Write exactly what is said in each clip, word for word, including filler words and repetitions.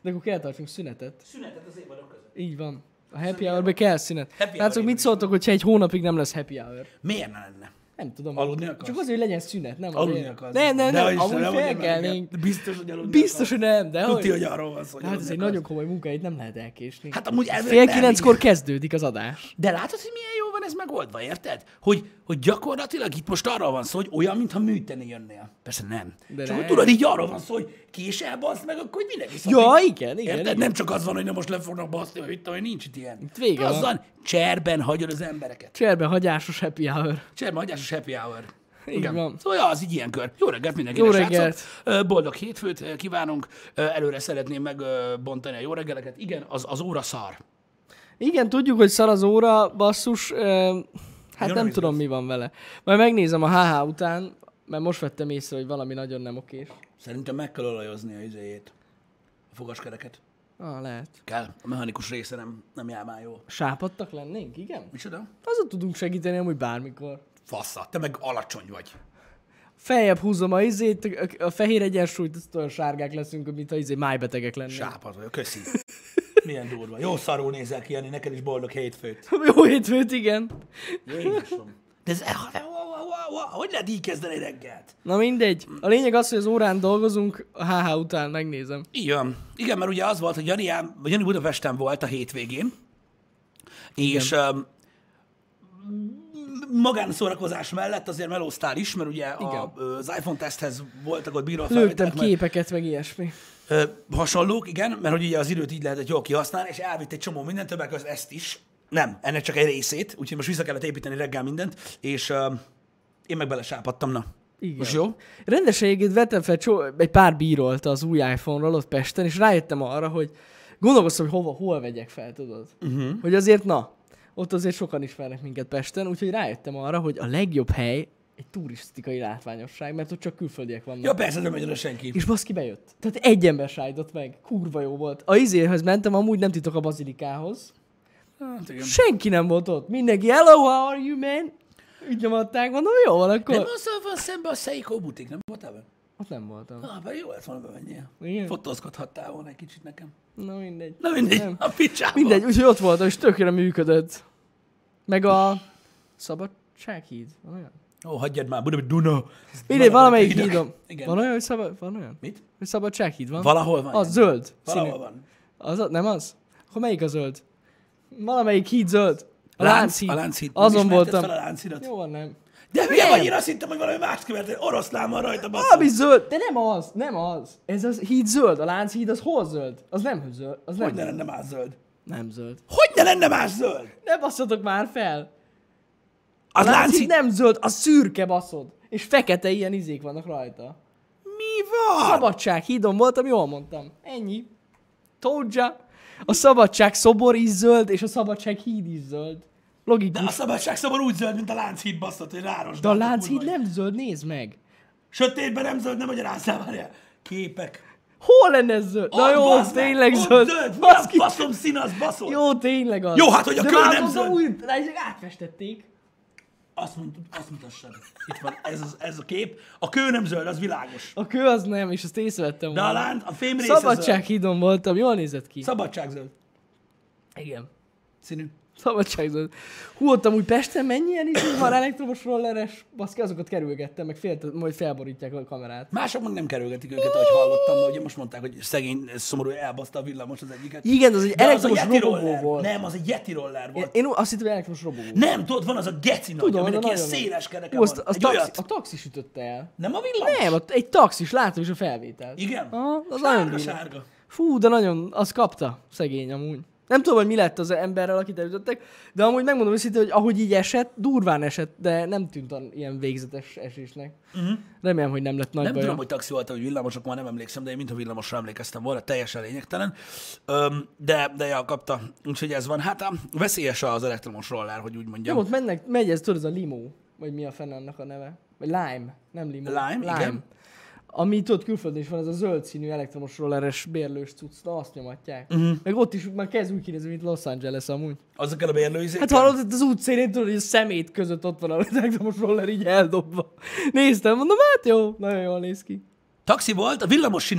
De akkor kell tartsunk szünetet. Szünetet az évadok között. Így van. A happy hour-be kell szünet. Happy Látszok, hour mit szóltok, hogyha egy hónapig nem lesz happy hour? Miért ne lenne? Nem tudom. Aludni akarsz? Csak azért, hogy legyen szünet, nem Aludni azért. akarsz? Nem, nem, nem, Dehogy amúgy Isten, nem felkelnénk. mondja, biztos, hogy aludni Biztos, hogy nem, de Tudti, hogy... hogy arról van szó, hogy Hát ez aludni egy akarsz. nagyon komoly munka, itt nem lehet elkésni. Hát amúgy elvileg Fél nem, kilenckor igen. kezdődik az adás. De látod, hogy milyen jó van ez megoldva, érted? Hogy, hogy gyakorlatilag itt most arról van szó, hogy olyan, mintha műteni jönnél. Persze nem. De csak nem. hogy tudod, így arról van szó, hogy késel, bassz meg, akkor hogy mindenki szakít. Ja, igen, igen. Érted? igen. Nem csak az van, hogy nem most le fognak baszni, hogy itt, hogy nincs itt ilyen. Itt vége az van. van, cserben hagyod az embereket. Cserben hagyásos happy hour. Cserben hagyásos happy hour. Így van. Szóval ja, az így ilyenkör. Jó reggelt mindenkinek, Jó srácok. reggelt. Ö, Boldog hétfőt kívánunk. Ö, Előre szeretném megbontani a jó reggeleket. Igen, az, az óra szar. Igen, tudjuk, hogy szar az óra, basszus. Uh, hát Jó, nem nem tudom, izgatsz. mi van vele. Majd megnézem a há há után, mert most vettem észre, hogy valami nagyon nem okés. Szerintem meg kell olajozni a izéjét. A fogaskereket. Ah, lehet. Kell. A mechanikus része nem, nem jár már jól. Sápadtak lennénk, igen? Micsoda? Azon tudunk segíteni amúgy bármikor. Fassa, te meg alacsony vagy. Feljebb húzom a izét, a- a fehér egyensúlyt, azt olyan sárgák leszünk, mint a izé májbetegek lennénk. Sápad vagyok, köszi. Milyen durva. Jó szarul nézel ki, Jani, neked is boldog hétfőt. Jó hétfőt, igen. Jézusom. De ez, hogy lehet így kezdeni reggelt? Na mindegy. A lényeg az, hogy az órán dolgozunk, a há há után megnézem. Igen. Igen, mert ugye az volt, hogy Jani, ám- vagy Jani Budapesten volt a hétvégén, és um, magánszórakozás mellett azért melóztál is, mert ugye a, az iPhone teszthez voltak ott bíró Lőttem felvételek, meg, képeket, meg ilyesmi. ö, hasonlók, igen, mert hogy ugye az időt így lehetett jól kihasználni, és elvitt egy csomó mindent, többek között ezt is. Nem, ennek csak egy részét, úgyhogy most vissza kellett építeni reggel mindent, és uh, én meg belesápadtam, na. Igen. Most jó? Rendességét vettem fel csó- egy pár bírolt az új iPhone-ról ott Pesten, és rájöttem arra, hogy gondolkoztam, hogy hova, hol vegyek fel, tudod? Uh-huh. Hogy azért, na, ott azért sokan ismernek minket Pesten, úgyhogy rájöttem arra, hogy a legjobb hely egy turisztikai látványosság, mert ott csak külföldiek vannak. Ja, persze, nem megy oda senki. És baszki bejött. Tehát egy ember sájtott meg. Kurva jó volt. A izéhez mentem, amúgy nem titok a bazilikához. Hát, igen. Senki nem volt ott. Mindenki, hello, how are you, man? Úgy nyomatták, mondom, jó van, akkor... Nem azzal van szemben a Seiko butik, nem voltál benne? Ott nem voltam. Ah, pedig jó lett volna bemenjél. Igen? Fotózkodhattál volna egy kicsit nekem. Na mindegy. Na mindegy, Nem. a picsába. Mindegy, úgyhogy ott voltam, és tökre működött. Meg a Szabadsághíd. Van olyan? Ó, hagyjad már, Budapest, Duna. Mindegy, Vannak valamelyik hídok. hídom. Igen. Van olyan, hogy szabad... Van olyan? Mit? Hogy Szabadsághíd van? Valahol van. Az ilyen. zöld. Valahol Színű. van. Az, a- nem az? Akkor melyik a zöld? Valamelyik híd zöld. A Lánc- Lánchíd. A Lánchíd. Nem Azon ismerted voltam. fel a Lánchidat? Jó van, nem. De hülye Nem. vagy, én azt hittem, hogy valami más követett, oroszlán van rajta, basszom. Valami zöld, de nem az, nem az. Ez az híd zöld, a Lánchíd az hol zöld? Az nem zöld, az nem Hogy ne zöld. lenne más zöld? Nem zöld. Hogy ne lenne más zöld? Ne basszatok már fel! Az A Lánchíd Lánchíd... nem zöld, a szürke baszod. És fekete ilyen izék vannak rajta. Mi van? Szabadság hídon voltam, jól mondtam. Ennyi. Told ya. A Szabadság szobor is zöld, és a Szabadság híd is zöld. De Logikus. a szabadságszobor úgy zöld, mint a Lánchíd, basszot, hogy ráros. De a Lánchíd nem zöld, nézd meg. Sötétben nem zöld, nem magyarázzál, várjál. Képek. Hol lenne ez zöld? Na Ott, jó, bazd meg, tényleg ott zöld. zöld. Mi a Baszki. faszom szín az, baszol? Jó, tényleg az. Jó, hát, hogy a De kő már nem azóta zöld. Új, rájuk átfestették. Azt, mond, azt mutassad. Itt van ez, az, ez a kép. A kő nem zöld, az világos. A kő az nem, és azt észrevettem De a volna. láng, a fém része zöld. Szabadsághídon voltam, jól nézett ki. Szabadságzöld. Igen. Színű. Szabadságzöld. Hú, ott amúgy Pesten mennyien is van elektromos rolleres, baszki, azokat kerülgettem, meg fél, majd felborítják a kamerát. Mások meg nem kerülgetik őket, ahogy hallottam, de ugye most mondták, hogy szegény, szomorú, elbaszta a villamos az egyiket. Igen, az egy De az a elektromos Yeti robogó roller. volt. Nem, az egy Yeti roller Én, volt. én azt hittem, hogy elektromos robogó. Nem, tudod, van az a geci nagy, Tudom, aminek de ilyen nagyon nagy. széles kereke Hú, azt, van. az Egy taxi, olyat. a taxis sütötte el. Nem a villamos? Nem, ott egy taxis, látom is a felvételt. Igen? Aha, az nagyon Sárga, durva. sárga. Fú, de nagyon, az kapta, szegény amúgy. Nem tudom, hogy mi lett az emberrel, akit elütöttek, de amúgy megmondom őszintén, hogy ahogy így esett, durván esett, de nem tűnt olyan ilyen végzetes esésnek. Uh-huh. Remélem, hogy nem lett nagy Nem baja. tudom, hogy taxi volt, vagy villamosok, már nem emlékszem, de én mintha villamosra emlékeztem volna, teljesen lényegtelen. Öm, de, de ja, kapta. Úgyhogy ez van. Hát ám, veszélyes az elektromos roller, hogy úgy mondjam. Nem, ott mennek, megy ez, tudod, ez a limo, vagy mi a fenn annak a neve? Vagy lime, nem limo. Lime, igen. Ami tudod, külföldön is van, ez a zöld színű elektromos rolleres bérlős cucc, na azt nyomatják. Uh-huh. Meg ott is már kezd úgy kinézni, mint Los Angeles amúgy. Azokkal a bérlőizékkel? Hát hallod, itt az útszélén tudod, hogy a szemét között ott van az elektromos roller így eldobva. Néztem, mondom, hát jó, nagyon jól néz ki. Taxi volt, a villamos sinen.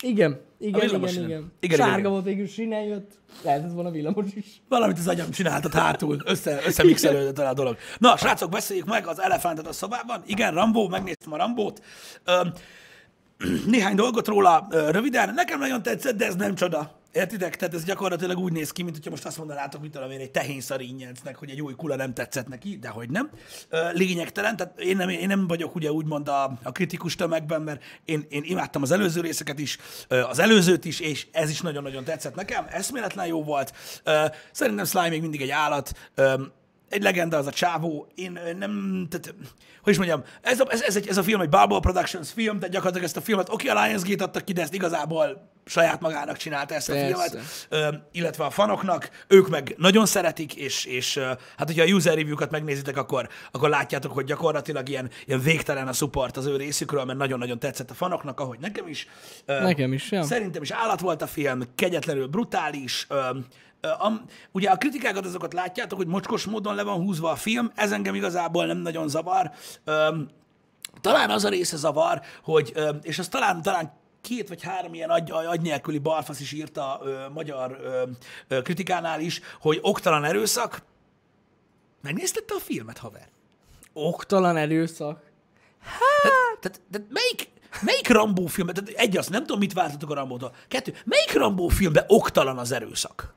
Igen, igen, igen, villamos igen, sinen. igen. Igen, Sárga igen. volt végül sinen jött, lehetett volna villamos is. Valamit az agyam csináltat hátul, össze, összemixelődött el a dolog. Na, srácok, beszéljük meg az elefántot a szobában. Igen, Rambó, megnéztem a Rambót. Öm, néhány dolgot róla ö, röviden. Nekem nagyon tetszett, de ez nem csoda. Értitek? Tehát ez gyakorlatilag úgy néz ki, mint hogyha most azt mondanátok, mint tudom én, egy tehénszarínyencnek, hogy egy új kula nem tetszett neki, de hogy nem. Ö, lényegtelen, tehát én nem, én nem vagyok ugye úgymond a, a kritikus tömegben, mert én, én imádtam az előző részeket is, az előzőt is, és ez is nagyon-nagyon tetszett nekem. Eszméletlen jó volt. Ö, szerintem Sly még mindig egy állat. Ö, egy legenda az a csávó, én nem, tehát, hogy is mondjam, ez a, ez, ez, egy, ez a film egy Balboa Productions film, tehát gyakorlatilag ezt a filmet, oké, okay, a Lionsgate adtak ki, de ezt igazából saját magának csinálta ezt a Persze. filmet, ö, illetve a fanoknak, ők meg nagyon szeretik, és, és ö, hát hogyha a user review-kat megnézitek, akkor, akkor látjátok, hogy gyakorlatilag ilyen, ilyen végtelen a support az ő részükről, mert nagyon-nagyon tetszett a fanoknak, ahogy nekem is. Ö, Nekem is, ja. Szerintem is állat volt a film, kegyetlenül brutális, ö, A, ugye a kritikákat azokat látjátok, hogy mocskos módon le van húzva a film, ez engem igazából nem nagyon zavar. Öm, talán az a része zavar, hogy, öm, és az talán, talán két vagy három ilyen agy, agy nélküli balfasz is írta ö, magyar ö, ö, kritikánál is, hogy oktalan erőszak. Megnézted te a filmet, haver? Oktalan erőszak. Tehát, tehát, tehát melyik, melyik Rambó filmben, tehát egy az, nem tudom, mit vártatok a Rambótól. Kettő, melyik Rambó filmben oktalan az erőszak?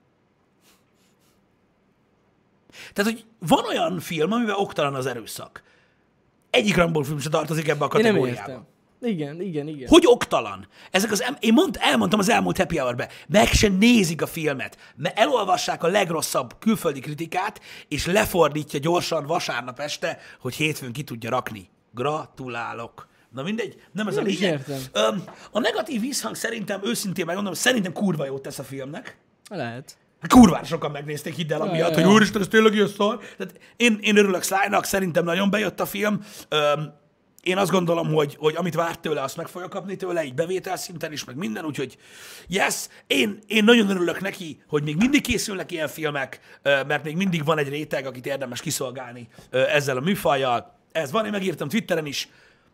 Tehát, hogy van olyan film, amiben oktalan az erőszak. Egyik Rambo film sem tartozik ebbe a Én nem kategóriába. értem. Igen, igen, igen. Hogy oktalan? Ezek az, em- én mond, elmondtam az elmúlt happy hour-be, meg se nézik a filmet, mert elolvassák a legrosszabb külföldi kritikát, és lefordítja gyorsan vasárnap este, hogy hétfőn ki tudja rakni. Gratulálok. Na mindegy, nem ez Nem a is lényeg. értem. Öm, a negatív visszhang szerintem, őszintén megmondom, szerintem kurva jót tesz a filmnek. Lehet. Kurvára sokan megnézték, hidd el, Ja, amiatt, ja, hogy ja. úristen, ez tényleg ilyen szar. Tehát én, én örülök Sly-nak, szerintem nagyon bejött a film. Öm, én azt gondolom, hogy, hogy amit várt tőle, azt meg fogja kapni tőle, így bevétel szinten is, meg minden, úgyhogy yes, én, én nagyon örülök neki, hogy még mindig készülnek ilyen filmek, ö, mert még mindig van egy réteg, akit érdemes kiszolgálni ö, ezzel a műfajjal. Ez van, én megírtam Twitteren is.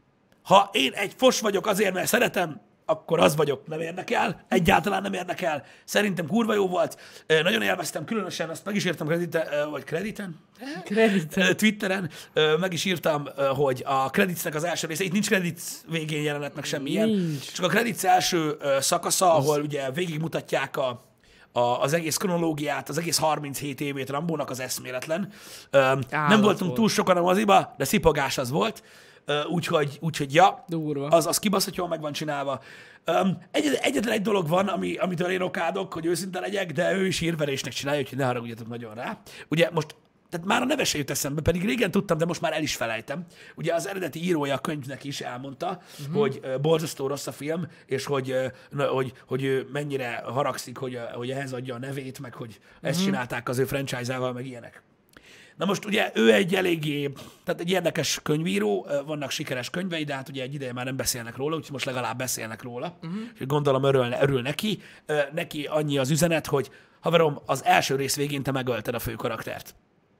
Ha én egy fos vagyok azért, mert szeretem, akkor az vagyok, nem érdekel, egyáltalán nem érdekel. Szerintem kurva jó volt, Ö, nagyon élveztem, különösen azt meg is írtam krediten, ö, vagy krediten? Kreditet. Ö, Twitteren, ö, meg is írtam, ö, hogy a Creditsnek az első része, itt nincs Credits végén jelenet, meg semmilyen, Nincs. csak a Credits első ö, szakasza, ahol ugye végigmutatják a, a, az egész kronológiát, az egész harminchét évét Rambónak, az eszméletlen. Ö, nem voltunk volt. túl sokan a moziba, de szipogás az volt. Uh, úgyhogy, úgyhogy ja, Durva. az, az kibaszott jól meg van csinálva. Um, egy, egyetlen egy dolog van, ami, amitől én okádok, hogy őszinte legyek, de ő is hírverésnek csinálja, úgyhogy ne haragudjatok nagyon rá. Ugye most, tehát már a neve se jut eszembe, pedig régen tudtam, de most már el is felejtem. Ugye az eredeti írója a könyvnek is elmondta, uh-huh. hogy uh, borzasztó rossz a film, és hogy, uh, na, hogy, hogy ő mennyire haragszik, hogy, uh, hogy ehhez adja a nevét, meg hogy uh-huh. ezt csinálták az ő franchise-ával, meg ilyenek. Na most ugye ő egy eléggé, tehát egy érdekes könyvíró, vannak sikeres könyvei, de hát ugye egy ideje már nem beszélnek róla, úgyhogy most legalább beszélnek róla. Uh-huh. És gondolom örül, örül neki. Neki annyi az üzenet, hogy haverom, az első rész végén te megölted a fő karaktert.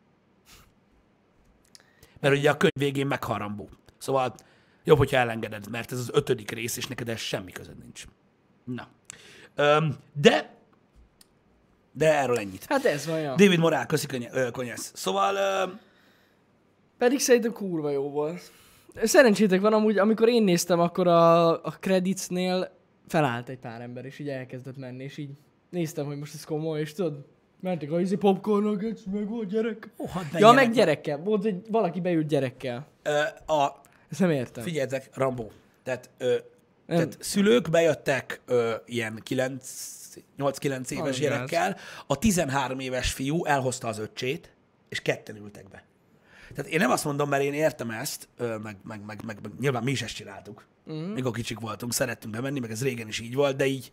Mert ugye a könyv végén meghal Rambó. Szóval jobb, hogyha elengeded, mert ez az ötödik rész, és neked ez semmi közöd nincs. Na. De De erről ennyit. Hát ez van, ja. David Morál, köszi konye- konyesz. Szóval... Ö... Pedig szerintem kurva jó volt. Szerencsétek van amúgy, amikor én néztem, akkor a, a creditsnél felállt egy pár ember, és így elkezdett menni, és így néztem, hogy most ez komoly, és tudod, mentek a izi popcornok, meg volt gyerek. Oh, hát ja, meg gyerekkel. Volt, hogy valaki beült gyerekkel. Ö, a... Ezt nem értem. Figyeljetek, Rambó. Tehát, ö, tehát szülők bejöttek ö, ilyen nyolc-kilenc éves Az gyerekkel, a tizenhárom éves fiú elhozta az öccsét, és ketten ültek be. Tehát én nem azt mondom, mert én értem ezt, ö, meg, meg, meg, meg, meg nyilván mi is ezt csináltuk. Uh-huh. Mikor kicsik voltunk, szerettünk bemenni, meg ez régen is így volt, de így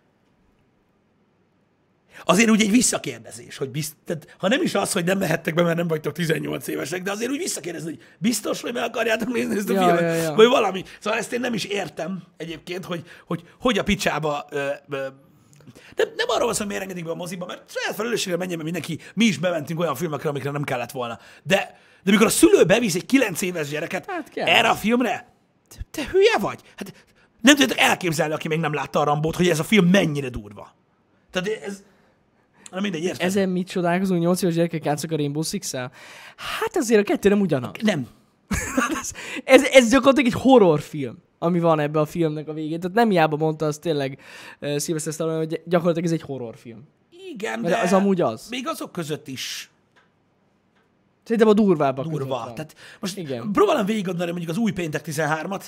azért úgy egy visszakérdezés, hogy bizt, tehát, ha nem is az, hogy nem mehettek be, mert nem vagytok tizennyolc évesek, de azért úgy visszakérdezni, hogy biztos, hogy meg akarjátok nézni ezt a Ja, filmet, ja, ja. vagy valami. Szóval ezt én nem is értem egyébként, hogy hogy, hogy a picsába... Ö, ö, nem, nem arról van szó, hogy miért engedik be a moziba, mert saját felelősségre menjen, mert mindenki, mi is bementünk olyan filmekre, amikre nem kellett volna. De, de mikor a szülő bevisz egy kilenc éves gyereket Hát kell. erre a filmre, te, te hülye vagy? Hát Nem tudjátok elképzelni, aki még nem látta a Rambót, hogy ez a film mennyire durva. Tehát ez... Na mindegy, érted? Ezen mit csodálkozunk, nyolc éves gyerekek játszak a Rainbow Six-el? Hát azért a kettő nem ugyanaz. Nem. ez, ez, ez gyakorlatilag egy horrorfilm, ami van ebbe a filmnek a végén. Tehát nem hiába mondta az tényleg uh, Sylvester Stallone, hogy gyakorlatilag ez egy horrorfilm. Igen, Mert de az amúgy az. még azok között is Szerintem a durvábbak durva. között van. Tehát most Igen. próbálom végig gondolni mondjuk az új Péntek tizenhármat.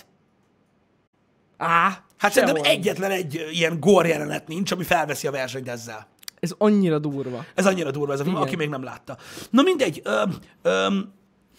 Á, Hát sehol. szerintem egyetlen egy ilyen gore jelenet nincs, ami felveszi a versenyt ezzel. Ez annyira durva. Ez annyira durva ez a film, Igen. aki még nem látta. Na mindegy. Öm, öm,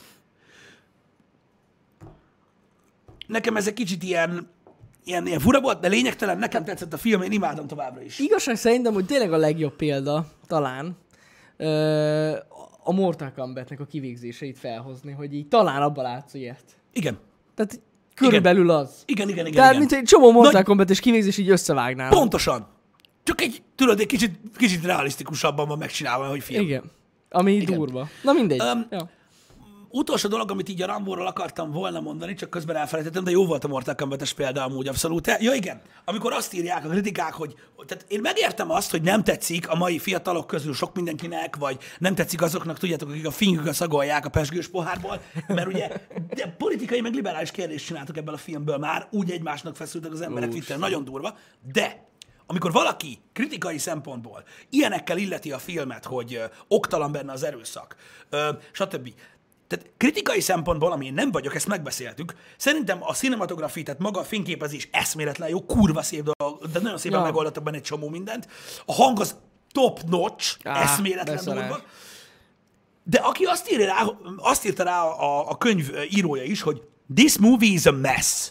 nekem ez egy kicsit ilyen, ilyen, ilyen fura volt, de lényegtelen. Nekem tetszett a film, én imádom továbbra is. Igazság szerintem, hogy tényleg a legjobb példa, talán, ö, a Mortal Kombatnek a kivégzéseit felhozni, hogy így talán abban látsz ilyet. Igen. Tehát körülbelül az. Igen, igen, igen. Tehát, igen. mint egy csomó Mortal Nagy- Kombat és kivégzés így összevágnál. Pontosan. Csak egy, tudod, egy kicsit, kicsit realisztikusabban van megcsinálva, hogy film. Igen. Ami így Igen. durva. Na mindegy. Öm, ja. Utolsó dolog, amit így a Rambóról akartam volna mondani, csak közben elfelejtettem, de jó volt a Mortal Kombat-es példa amúgy abszolút. Ja igen, amikor azt írják a kritikák, hogy tehát én megértem azt, hogy nem tetszik a mai fiatalok közül sok mindenkinek, vagy nem tetszik azoknak, tudjátok, akik a fingüket szagolják a pezsgős pohárból, mert ugye de politikai meg liberális kérdést csináltak ebből a filmből már, úgy egymásnak feszültek az emberek Twitteren, nagyon durva, de amikor valaki kritikai szempontból ilyenekkel illeti a filmet, hogy ö, oktalan benne az erőszak, ö, stb. Tehát kritikai szempontból, ami én nem vagyok, ezt megbeszéltük, szerintem a cinematografia, tehát maga a fényképezés eszméletlen jó, kurva szép dolog, de nagyon szépen Ja. megoldottak benne egy csomó mindent. A hang az top notch, Á, eszméletlen beszarás. durva. De aki azt, írja rá, azt írta rá a, a könyv írója is, hogy this movie is a mess.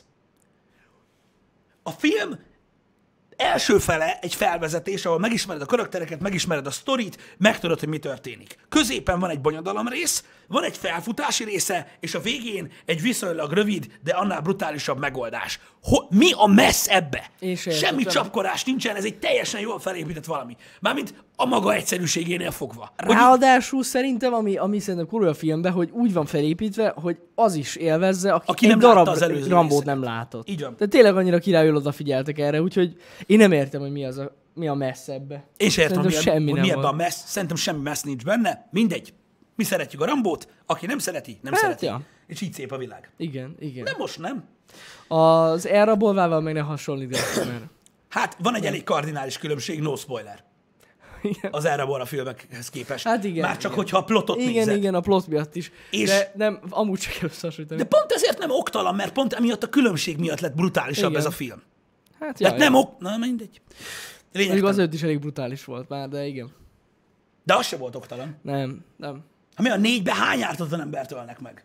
A film első fele egy felvezetés, ahol megismered a karaktereket, megismered a sztorit, megtudod, hogy mi történik. Középen van egy bonyodalom rész, van egy felfutási része, és a végén egy viszonylag rövid, de annál brutálisabb megoldás. Ho- mi a messz ebbe? Én se értem. Semmi csapkorás nincsen, ez egy teljesen jól felépített valami. Mármint a maga egyszerűségénél fogva. Hogy Ráadásul szerintem, ami, ami szerintem kurva a filmben, hogy úgy van felépítve, hogy az is élvezze, aki, Aki egy nem darab látta az előző Rambót részeket. nem látott. Így van. Tehát tényleg annyira királyul odafigyeltek erre, úgyhogy én nem értem, hogy mi, az a, mi a messz ebbe. Én sem értem, hogy Szerintem mi, semmi hogy nem mi ebben a van. messz. Szerintem semmi messz nincs benne. Mindegy. Mi szeretjük a Rambót, aki nem szereti, nem Hát, szereti. ja. És így szép a világ. Igen, igen. De most nem. Az elrabolvával meg ne hasonlítgatok, mert... Hát van egy elég kardinális különbség, no spoiler. Igen. Az Errabor a filmekhez képest. Hát igen, Már csak, igen. hogyha a plotot Igen, nézed. igen, a plot miatt is. És- De nem, amúgy csak kell összehasonlítani. De pont ezért nem oktalan, mert pont emiatt a különbség miatt lett brutálisabb Igen. ez a film. Hát, Tehát ja, nem ja. ok... Na, mindegy. Mondjuk Lényegtelen. az őt is elég brutális volt már, de igen. De az se volt oktalan. Nem, nem. Ha mi a négybe hány ártatlan embert ölnek meg?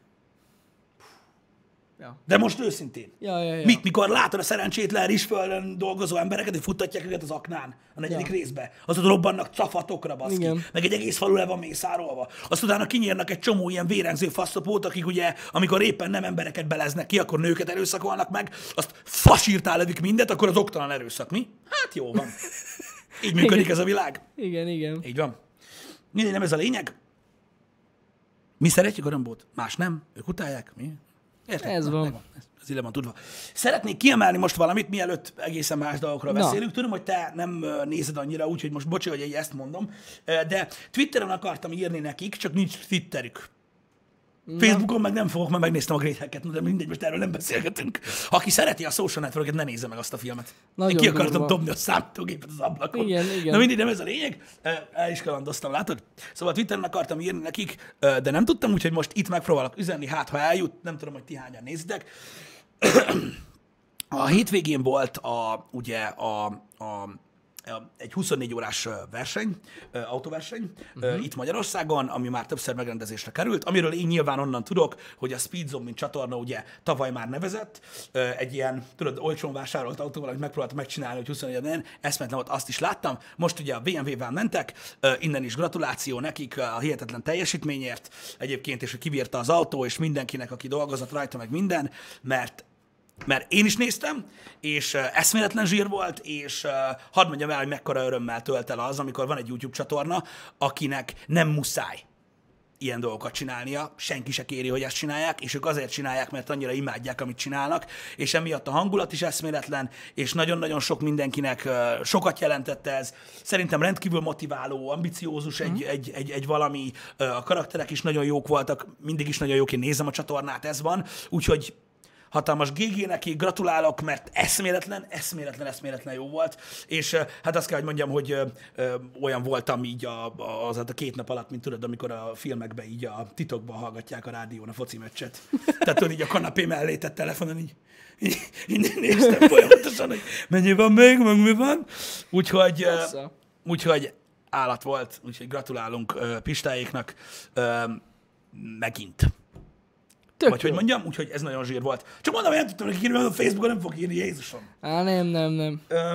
Ja. De most őszintén. Ja, ja, ja. Mit, mikor látod a szerencsétlen rizsföldön dolgozó embereket, hogy futtatják őket az aknán a negyedik Ja. részbe, az ott robbannak cafatokra, baszki. Igen. Meg egy egész falu le van mészárolva. Azt utána kinyírnak egy csomó ilyen vérengző faszopót, akik ugye, amikor éppen nem embereket beleznek ki, akkor nőket erőszakolnak meg, azt fasírtál lövik mindet, akkor az oktalan erőszak, mi? Hát jó van. Így működik ez a világ. Igen, igen. Így van. Mindegy, nem ez a lényeg. Mi szeretjük a Rambót, más nem, ők utálják, mi? Érted? Ez Na, van. megvan. Ez, ez így le van tudva. Szeretnék kiemelni most valamit, mielőtt egészen más dolgokról Na. beszélünk. Tudom, hogy te nem ö, nézed annyira, úgyhogy most bocsi, hogy egy ezt mondom, Ö, de Twitteren akartam írni nekik, csak nincs Twitterük. Facebookon meg nem fogok, mert megnéztem a Great Hacket, de mindegy, most erről nem beszélgetünk. Aki szereti a Social Networket, ne nézze meg azt a filmet. Nagyon Én ki akartam durva. dobni a számítógépet az ablakon. Igen, igen. Na mindegy, nem ez a lényeg. Ö, El is kalandoztam, látod? Szóval Twitteren akartam írni nekik, ö, de nem tudtam, úgyhogy most itt megpróbálok üzenni, hát ha eljut, nem tudom, hogy ti hányan nézitek. A hétvégén volt a, ugye a, a egy huszonnégy órás verseny, autóverseny uh-huh. itt Magyarországon, ami már többször megrendezésre került, amiről én nyilván onnan tudok, hogy a Speedzone, mint csatorna ugye tavaly már nevezett, egy ilyen, tudod, olcsón vásárolt autóval, amit megpróbáltam megcsinálni, hogy huszonnégy eszmetlen volt, azt is láttam. Most ugye a bé em vé-vel mentek, innen is gratuláció nekik a hihetetlen teljesítményért egyébként, és hogy kibírta az autó, és mindenkinek, aki dolgozott rajta, meg minden, mert Mert én is néztem, és uh, eszméletlen zsír volt, és uh, hadd mondjam el, hogy mekkora örömmel tölt el az, amikor van egy YouTube csatorna, akinek nem muszáj ilyen dolgokat csinálnia, senki se kéri, hogy ezt csinálják, és ők azért csinálják, mert annyira imádják, amit csinálnak, és emiatt a hangulat is eszméletlen, és nagyon-nagyon sok mindenkinek uh, sokat jelentette ez. Szerintem rendkívül motiváló, ambiciózus egy, mm. egy, egy, egy valami, uh, a karakterek is nagyon jók voltak, mindig is nagyon jók, én nézem a csatornát, ez van, úgyhogy hatalmas gé gé neki, gratulálok, mert eszméletlen, eszméletlen, eszméletlen jó volt, és hát azt kell, hogy mondjam, hogy ö, ö, olyan voltam így a, a, az a két nap alatt, mint tudod, amikor a filmekben így a titokban hallgatják a rádión a foci meccset. Tehát tudod, így a kanapé mellé tett telefonon, így, így, így néztem folyamatosan, hogy mennyi van még, meg mi van. Úgyhogy, ö, úgyhogy állat volt, úgyhogy gratulálunk ö, Pistáéknak ö, megint. Tök Vagy jó. Hogy mondjam, úgyhogy ez nagyon zsír volt. Csak mondom, hogy nem tudtam neki írni, mert a Facebookon nem fog írni, Jézusom. Á, nem, nem, nem. Ö,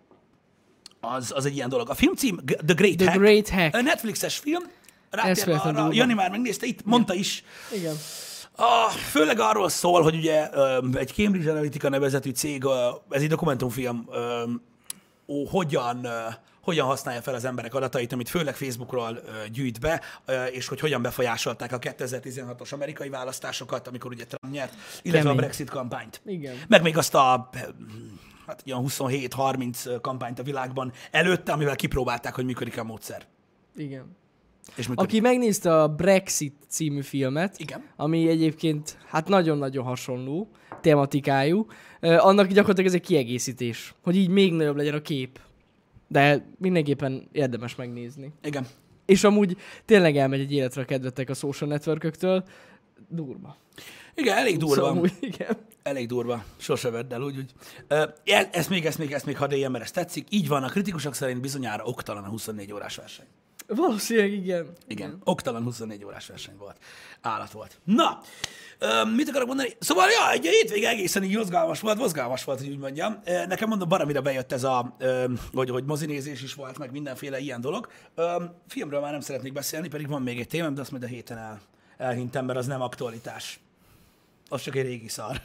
az, az egy ilyen dolog. A filmcím, The Great The Hack. Great Hack. A Netflixes film. Rátérve arra, Jani már megnézte, itt mondta is. Igen. A, főleg arról szól, hogy ugye egy Cambridge Analytica nevezetű cég, ez egy dokumentumfilm, ó, hogyan... hogyan használja fel az emberek adatait, amit főleg Facebookról ö, gyűjt be, ö, és hogy hogyan befolyásolták a kétezer-tizenhatos amerikai választásokat, amikor ugye Trump nyert, illetve Kemény. a Brexit kampányt. Igen. Meg még azt a hát olyan huszonhét harminc kampányt a világban előtte, amivel kipróbálták, hogy működik a módszer. Igen. És aki megnézte a Brexit című filmet, Igen. ami egyébként hát nagyon-nagyon hasonló tematikájú, annak gyakorlatilag ez egy kiegészítés, hogy így még nagyobb legyen a kép. De mindenképpen érdemes megnézni. Igen. És amúgy tényleg elmegy egy életre a kedvetek a social networköktől. Durva. Igen, elég durva. Szóval amúgy, igen. Elég durva. Sose vedd el, úgy, úgy. Ezt még, ezt még, ezt még hadd éljen, mert ezt tetszik. Így van, a kritikusok szerint bizonyára oktalan a huszonnégy órás verseny. Valószínűleg igen. Igen, igen. Oktalan huszonnégy órás verseny volt. Állat volt. Na, mit akarok mondani? Szóval, ja, egy hétvége egészen így mozgalmas volt, mozgalmas volt, hogy úgy mondjam. Nekem mondom, baromira bejött ez a, hogy, hogy mozinézés is volt, meg mindenféle ilyen dolog. Filmről már nem szeretnék beszélni, pedig van még egy témám, de azt majd a héten el, elhintem, mert az nem aktualitás. Az csak egy régi szar.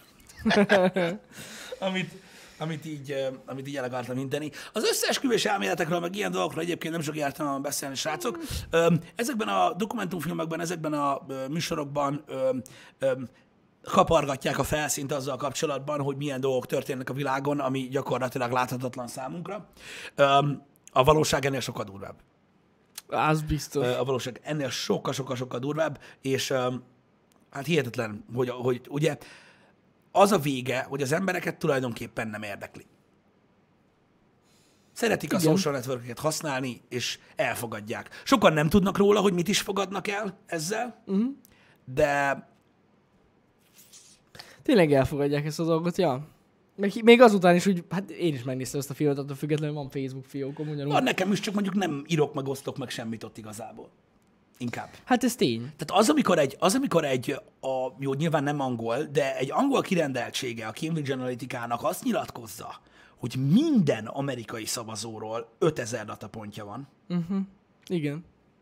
amit, amit, így, amit így el akartam hinteni. Az összeesküvés elméletekről, meg ilyen dolgokról egyébként nem sok értelmem beszélni, srácok. Ezekben a dokumentumfilmekben, ezekben a műsorokban kapargatják a felszínt azzal kapcsolatban, hogy milyen dolgok történnek a világon, ami gyakorlatilag láthatatlan számunkra. A valóság ennél sokkal durvább. Az biztos. A valóság ennél sokkal-sokkal-sokkal durvább, és hát hihetetlen, hogy, hogy ugye az a vége, hogy az embereket tulajdonképpen nem érdekli. Szeretik Igen. a social network-eket használni, és elfogadják. Sokan nem tudnak róla, hogy mit is fogadnak el ezzel, uh-huh. de... Tényleg elfogadják ezt a dolgot, ja. Még, még azután is, hogy hát én is megnéztem ezt a filmet, attól függetlenül van Facebook fiókom, ugyanúgy. Van nekem is, csak mondjuk nem írok, meg osztok meg semmit ott igazából. Inkább. Hát ez tény. Tehát az, amikor egy, az, amikor egy a, jó, nyilván nem angol, de egy angol kirendeltsége a Cambridge Analytica-nak azt nyilatkozza, hogy minden amerikai szavazóról ötezer datapontja van. Uh-huh. Igen.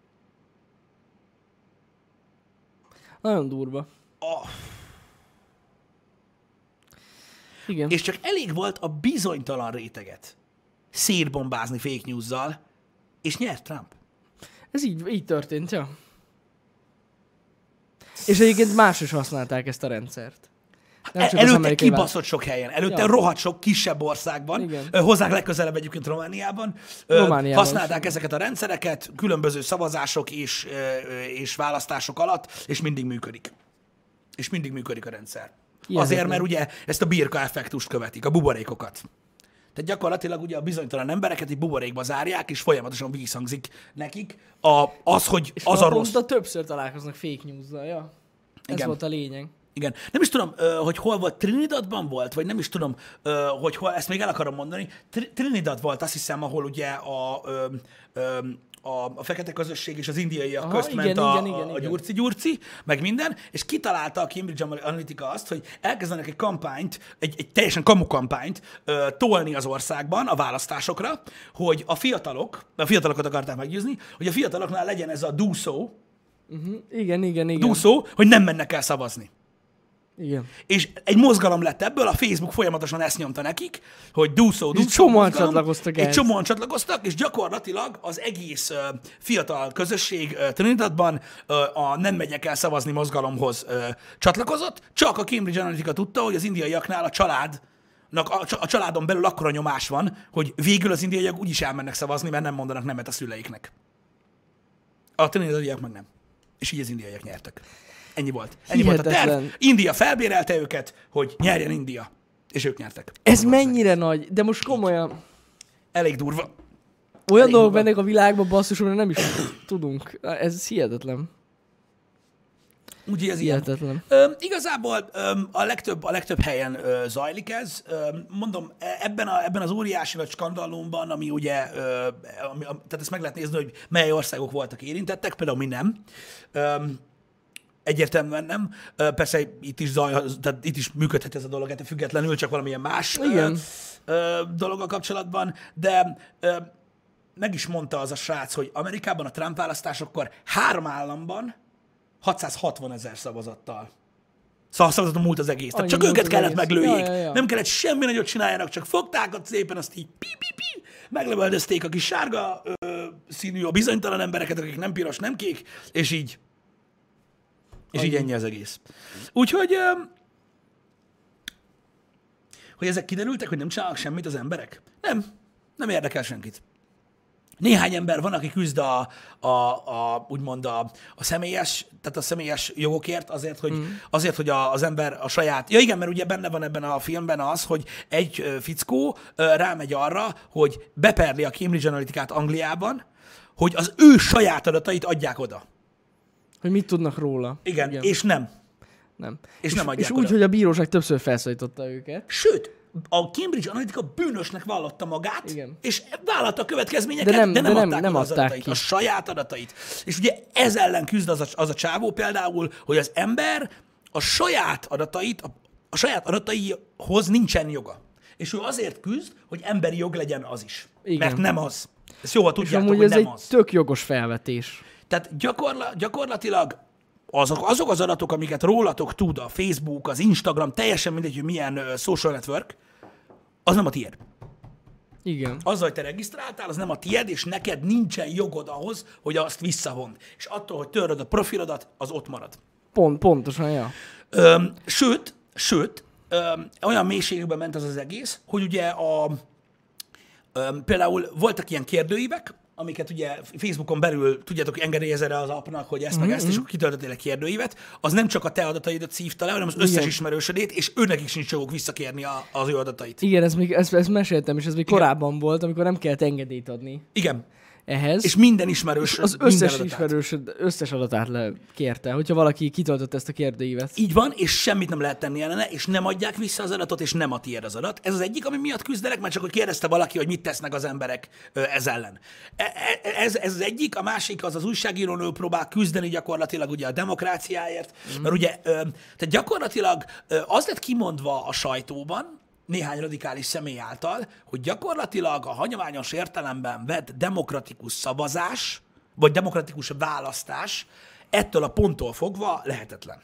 Nagyon durva. Oh. Igen. És csak elég volt a bizonytalan réteget szétbombázni fake news-zal, és nyert Trump. Ez így, így történt, ja. És egyébként más is használták ezt a rendszert. Nem csak előtte kibaszott sok helyen, előtte ja. rohadt sok kisebb országban, Igen. hozzák legközelebb egyébként Romániában, Romániában használták is. Ezeket a rendszereket különböző szavazások és, és választások alatt, és mindig működik. És mindig működik a rendszer. Ilyen Azért, mert ugye ezt a birka effektust követik, a buborékokat. Tehát gyakorlatilag ugye a bizonytalan embereket egy buborékba zárják, és folyamatosan vízhangzik nekik a, az, hogy és az a rossz. És többször találkoznak fake news-zal, ja. Ez Igen. volt a lényeg. Igen. Nem is tudom, hogy hol volt, Trinidadban volt, vagy nem is tudom, hogy hol, ezt még el akarom mondani. Trinidad volt, azt hiszem, ahol ugye a, a, a, a fekete közösség és az indiaiak Aha, közt igen, ment a, igen, igen, a, a gyurci-gyurci, meg minden, és kitalálta a Cambridge Analytica azt, hogy elkezdenek egy kampányt, egy, egy teljesen kamu kampányt ö, tolni az országban a választásokra, hogy a fiatalok, a fiatalokat akarták meggyőzni, hogy a fiataloknál legyen ez a dúszó, uh-huh. igen, igen, igen. dúszó, hogy nem mennek el szavazni. Igen. És egy mozgalom lett ebből, a Facebook folyamatosan ezt nyomta nekik, hogy do so, do És so csomóan mozgalom. csatlakoztak Egy ehhez. csomóan csatlakoztak, és gyakorlatilag az egész uh, fiatal közösség uh, Trinidadban uh, a nem megyek el szavazni mozgalomhoz uh, csatlakozott, csak a Cambridge Analytica tudta, hogy az indiaiaknál a család a, a családon belül akkora nyomás van, hogy végül az indiaiak úgyis elmennek szavazni, mert nem mondanak nemet a szüleiknek. A trinidadiak meg nem. És így az indiaiak nyertek. Ennyi volt. Ennyi Hihetetlen. volt a terv. India felbérelte őket, hogy nyerjen India. És ők nyertek. Ez mennyire nagy, de most komolyan. Elég durva. Olyan Elég dolgok durva. mennek a világban, basszus, hogy nem is tudunk. Ez hihetetlen. Úgyhogy ez ilyen. Hihetetlen. Ö, igazából ö, a, legtöbb, a legtöbb helyen ö, zajlik ez. Ö, mondom, e- ebben, a, ebben az óriási nagy skandalumban, ami ugye, ö, ami, a, tehát ezt meg lehet nézni, hogy mely országok voltak érintettek, például mi nem. Ö, egyértelműen nem. Ö, persze itt is, zaj, tehát itt is működhet ez a dolog, ettől függetlenül csak valamilyen más Igen. ö, ö, dologgal kapcsolatban, de ö, meg is mondta az a srác, hogy Amerikában a Trump választásokkor három államban hatszázhatvan ezer szavazattal. Szóval szavazaton múlt az egész. Tehát Annyi csak múlt őket az kellett egész. meglőjék. Ja, ja, ja. Nem kellett semmi nagyot csináljanak, csak fogták a szépen, azt így pi, pi, pi, meglövöldözték a kis sárga ö, színű, a bizonytalan embereket, akik nem piros, nem kék, és így. És Annyi. így ennyi az egész. Úgyhogy, ö, hogy ezek kiderültek, hogy nem csinálnak semmit az emberek? Nem. Nem érdekel senkit. Néhány ember van, aki küzd a, a, a úgymond a, a személyes, tehát a személyes jogokért azért, hogy, mm. azért, hogy a, az ember a saját... Ja igen, mert ugye benne van ebben a filmben az, hogy egy ö, fickó ö, rámegy arra, hogy beperli a Cambridge Analytica-t Angliában, hogy az ő saját adatait adják oda. Hogy mit tudnak róla. Igen, Igen. és nem. nem. És, És, nem adják és úgy, oda. hogy a bíróság többször felszólította őket. Sőt, a Cambridge Analytica bűnösnek vallotta magát, Igen. és vállalta a következményeket, De nem- de nem, de nem- adták, nem oda az adták adatait, ki. a saját adatait. És ugye ez ellen küzd az a, az a csávó például, hogy az ember a saját adatait, a, a saját adataihoz nincsen joga. És ő azért küzd, hogy emberi jog legyen az is. Igen. Mert nem az. Ezt jól És tudjátok, amúgy hogy ez nem egy az. tök jogos felvetés. Tehát gyakorla, gyakorlatilag azok, azok az adatok, amiket rólatok tud a Facebook, az Instagram, teljesen mindegy, hogy milyen uh, social network, az nem a tiéd. Igen. Azzal, hogy te regisztráltál, az nem a tiéd, és neked nincsen jogod ahhoz, hogy azt visszavond. És attól, hogy töröd a profilodat, az ott marad. Pont, pontosan, ja. Öm, sőt, sőt, öm, olyan mélységben ment az az egész, hogy ugye a, öm, például voltak ilyen kérdőívek, amiket ugye Facebookon belül, tudjátok, engedélyez erre az appnak, hogy ezt mm-hmm. meg ezt, és akkor kitöltöttél egy kérdőívet, az nem csak a te adataidat szívta le, hanem az összes Igen. ismerősödét, és őnek is nincs joguk visszakérni a, az ő adatait. Igen, ezt, még, ezt, ezt meséltem, és ez még korábban volt, amikor nem kellett engedélyt adni Igen. ehhez. És minden ismerős, az minden összes adatát. ismerősöd összes adatát lekérte, hogyha valaki kitöltött ezt a kérdőívet. Így van, és semmit nem lehet tenni ellene, és nem adják vissza az adatot, és nem a tiéd az adat. Ez az egyik, ami miatt küzdenek, mert csak hogy kérdezte valaki, hogy mit tesznek az emberek ö, ez ellen. E- e- Ez, ez az egyik, a másik az az újságírónő próbál küzdeni gyakorlatilag ugye a demokráciáért, mm. mert ugye ö, tehát gyakorlatilag ö, az lett kimondva a sajtóban, néhány radikális személy által, hogy gyakorlatilag a hagyományos értelemben vett demokratikus szavazás, vagy demokratikus választás ettől a ponttól fogva lehetetlen.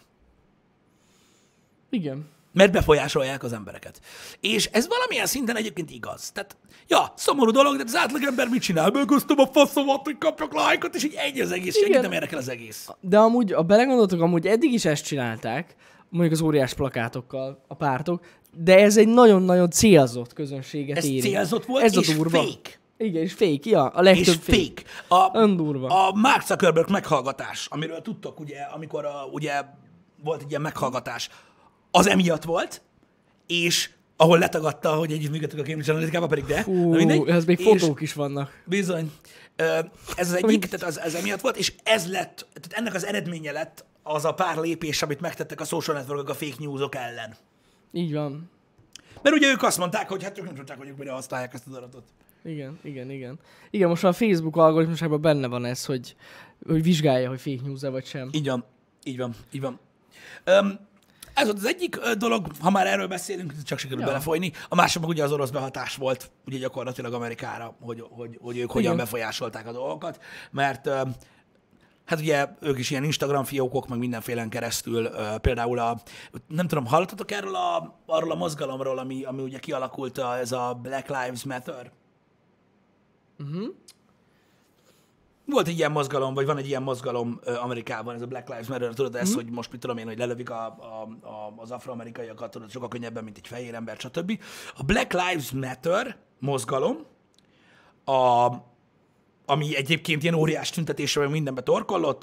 Igen. Mert befolyásolják az embereket. És ez valamilyen szinten egyébként igaz. Tehát, ja, szomorú dolog, de az átlagember mit csinál? Megöztöm a faszomat, hogy kapjak lájkot, és így egy az egész. Senkit Igen. nem érdekel az egész. De amúgy, ha belegondoltok, amúgy eddig is ezt csinálták, mondjuk az óriás plakátokkal a pártok, de ez egy nagyon-nagyon célzott közönséget Ez érint. célzott volt, ez és a durva. fake. Igen, és fake, ja, a legtöbb És fake. A, Ön durva. a Mark Zuckerberg meghallgatás, amiről tudtok, ugye, amikor a, ugye volt egy ilyen meghallgatás, az emiatt volt, és ahol letagadta, hogy együttműködtük a Cambridge Analytica-val, pedig de. Hú, na mindegy. ez még És fotók is vannak. Bizony. Ö, Ez az egyik, tehát az, ez emiatt volt, és ez lett, tehát ennek az eredménye lett az a pár lépés, amit megtettek a social network a fake newsok ellen. Így van. Mert ugye ők azt mondták, hogy hát ők nem tudták, hogy ők mire használják ezt az adatot. Igen, igen, igen. Igen, most már a Facebook algoritmusában benne van ez, hogy, hogy vizsgálja, hogy fake news-e vagy sem. Így van, így van, így van. Öm, ez volt az egyik ö, dolog, ha már erről beszélünk, csak sikerült Ja. belefolyni. A másik meg ugye az orosz behatás volt, ugye gyakorlatilag Amerikára, hogy, hogy, hogy ők hogyan Igen. befolyásolták a dolgokat, mert ö, Hát ugye ők is ilyen Instagram fiókok, meg mindenfélen keresztül, uh, például a, nem tudom, hallottatok erről a, arról a mozgalomról, ami, ami ugye kialakult, a, ez a Black Lives Matter? Uh-huh. Volt egy ilyen mozgalom, vagy van egy ilyen mozgalom uh, Amerikában, ez a Black Lives Matter, tudod ezt, Mhm. hogy most mit tudom én, hogy lelövik a, a, a, az afroamerikaiakat, tudod, sokkal könnyebben, mint egy fehér ember, stb. A Black Lives Matter mozgalom, a, ami egyébként ilyen óriás tüntetésre, meg mindenbe torkollott,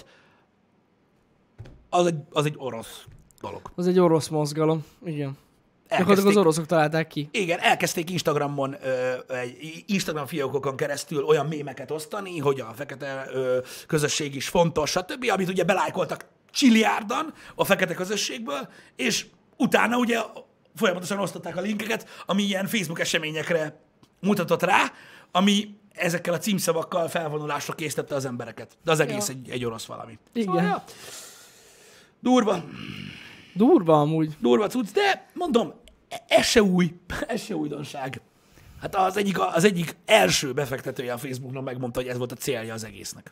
az egy, az egy orosz dolog. Az egy orosz mozgalom, igen. Gyakorlatilag Elkezdték, az oroszok találták ki. igen, elkezdték Instagramon, ö, egy Instagram fiókokon keresztül olyan mémeket osztani, hogy a fekete ö, közösség is fontos, stb., amit ugye belájkoltak csilliárdan a fekete közösségből, és utána ugye folyamatosan osztották a linkeket, ami ilyen Facebook eseményekre mutatott rá, ami ezekkel a címszavakkal felvonulásra késztette az embereket. De az egész Ja. egy, egy orosz valami. Igen. Szóval, ja, durva. Durva amúgy. Durva cucc, de mondom, ez se új, ez se újdonság. Hát az egyik, az egyik első befektetője a Facebooknak megmondta, hogy ez volt a célja az egésznek,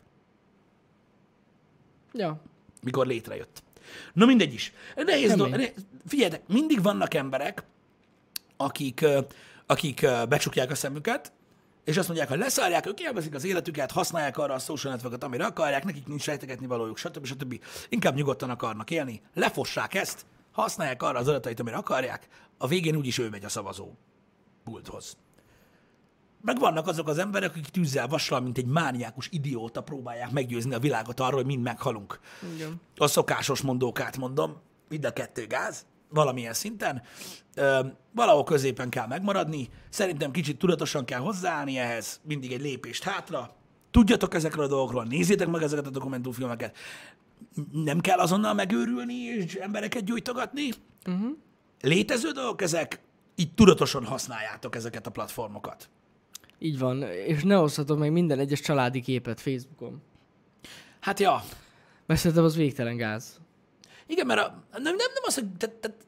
Ja. mikor létrejött. Na mindegy is. Nehéz Kemény. do- ne- Figyeljetek, mindig vannak emberek, akik, ö, akik ö, becsukják a szemüket, és azt mondják, hogy leszárják, ők élvezik az életüket, használják arra a social networket, amire akarják, nekik nincs rejtegetni valójuk, stb. stb. Inkább nyugodtan akarnak élni, lefossák ezt, használják arra az adatait, amire akarják, a végén úgyis ő megy a szavazó pulthoz. Meg vannak azok az emberek, akik tűzzel, vassal, mint egy mániákus idióta próbálják meggyőzni a világot arról, hogy mind meghalunk. Igen. A szokásos mondókát mondom, mind a kettő gáz, valamilyen szinten. Ö, valahol középen kell megmaradni, szerintem kicsit tudatosan kell hozzáállni ehhez, mindig egy lépést hátra. Tudjatok ezekről a dolgokról, nézzétek meg ezeket a dokumentumfilmeket. Nem kell azonnal megőrülni és embereket gyújtogatni. Uh-huh. Létező dolgok ezek, így tudatosan használjátok ezeket a platformokat. Így van. És ne osszatok meg minden egyes családi képet Facebookon. Hát ja, Mert szerintem az végtelen gáz. igen, mert a, nem, nem, nem az, hogy te, te,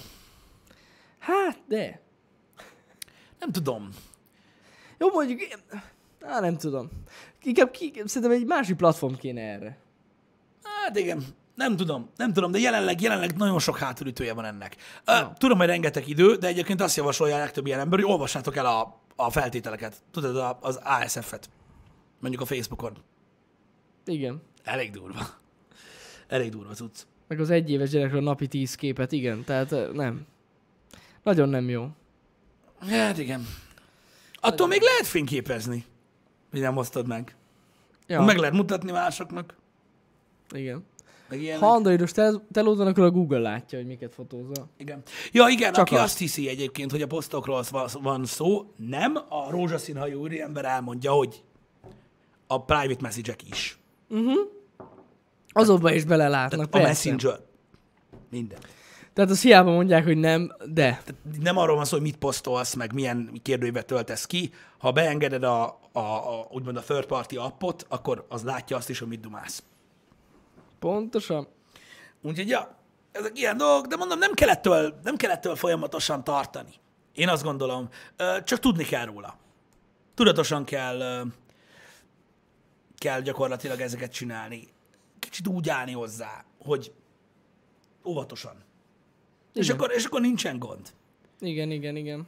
Hát, de. nem tudom. Jó, mondjuk... Á, nem tudom. Inkább ki, szerintem egy másik platform kéne erre. Hát igen, nem tudom, nem tudom, de jelenleg, jelenleg nagyon sok hátulütője van ennek. Ja. Uh, tudom, hogy rengeteg idő, de egyébként azt javasolja a legtöbb ilyen ember, hogy olvassátok el a, a feltételeket. Tudod, a- az á es ef-et. Mondjuk a Facebookon. Igen. Elég durva. Elég durva cucc. Meg az egyéves gyerekről napi tíz képet, igen. Tehát ö, nem. Nagyon nem jó. Hát igen. Attól még lehet fényképezni, hogy nem osztod meg. Ja, Meg lehet mutatni másoknak. igen. Meg ilyenek. Ha androidos tel- telózon, akkor a Google látja, hogy miket fotózol. Igen. Ja, igen, Csak aki azt. azt hiszi egyébként, hogy a posztokról van- van szó, nem, a rózsaszín hajú úriember elmondja, hogy a private message-ek is. Azokba is belelátnak, Tehát a persze. messenger. Minden. Tehát azt hiába mondják, hogy nem, de. Tehát nem arról van szó, hogy mit posztolsz, meg milyen kérdőívet töltesz ki. Ha beengeded a, a, a, úgymond a third party appot, akkor az látja azt is, hogy mit dumálsz. Pontosan. Úgyhogy ja, ezek ilyen dolgok, de mondom, nem kell ettől, nem kell ettől folyamatosan tartani. Én azt gondolom, ö, csak tudni kell róla. Tudatosan kell, ö, kell gyakorlatilag ezeket csinálni. Kicsit úgy állni hozzá, hogy óvatosan. És Igen. akkor, és akkor nincsen gond. Igen, igen, igen.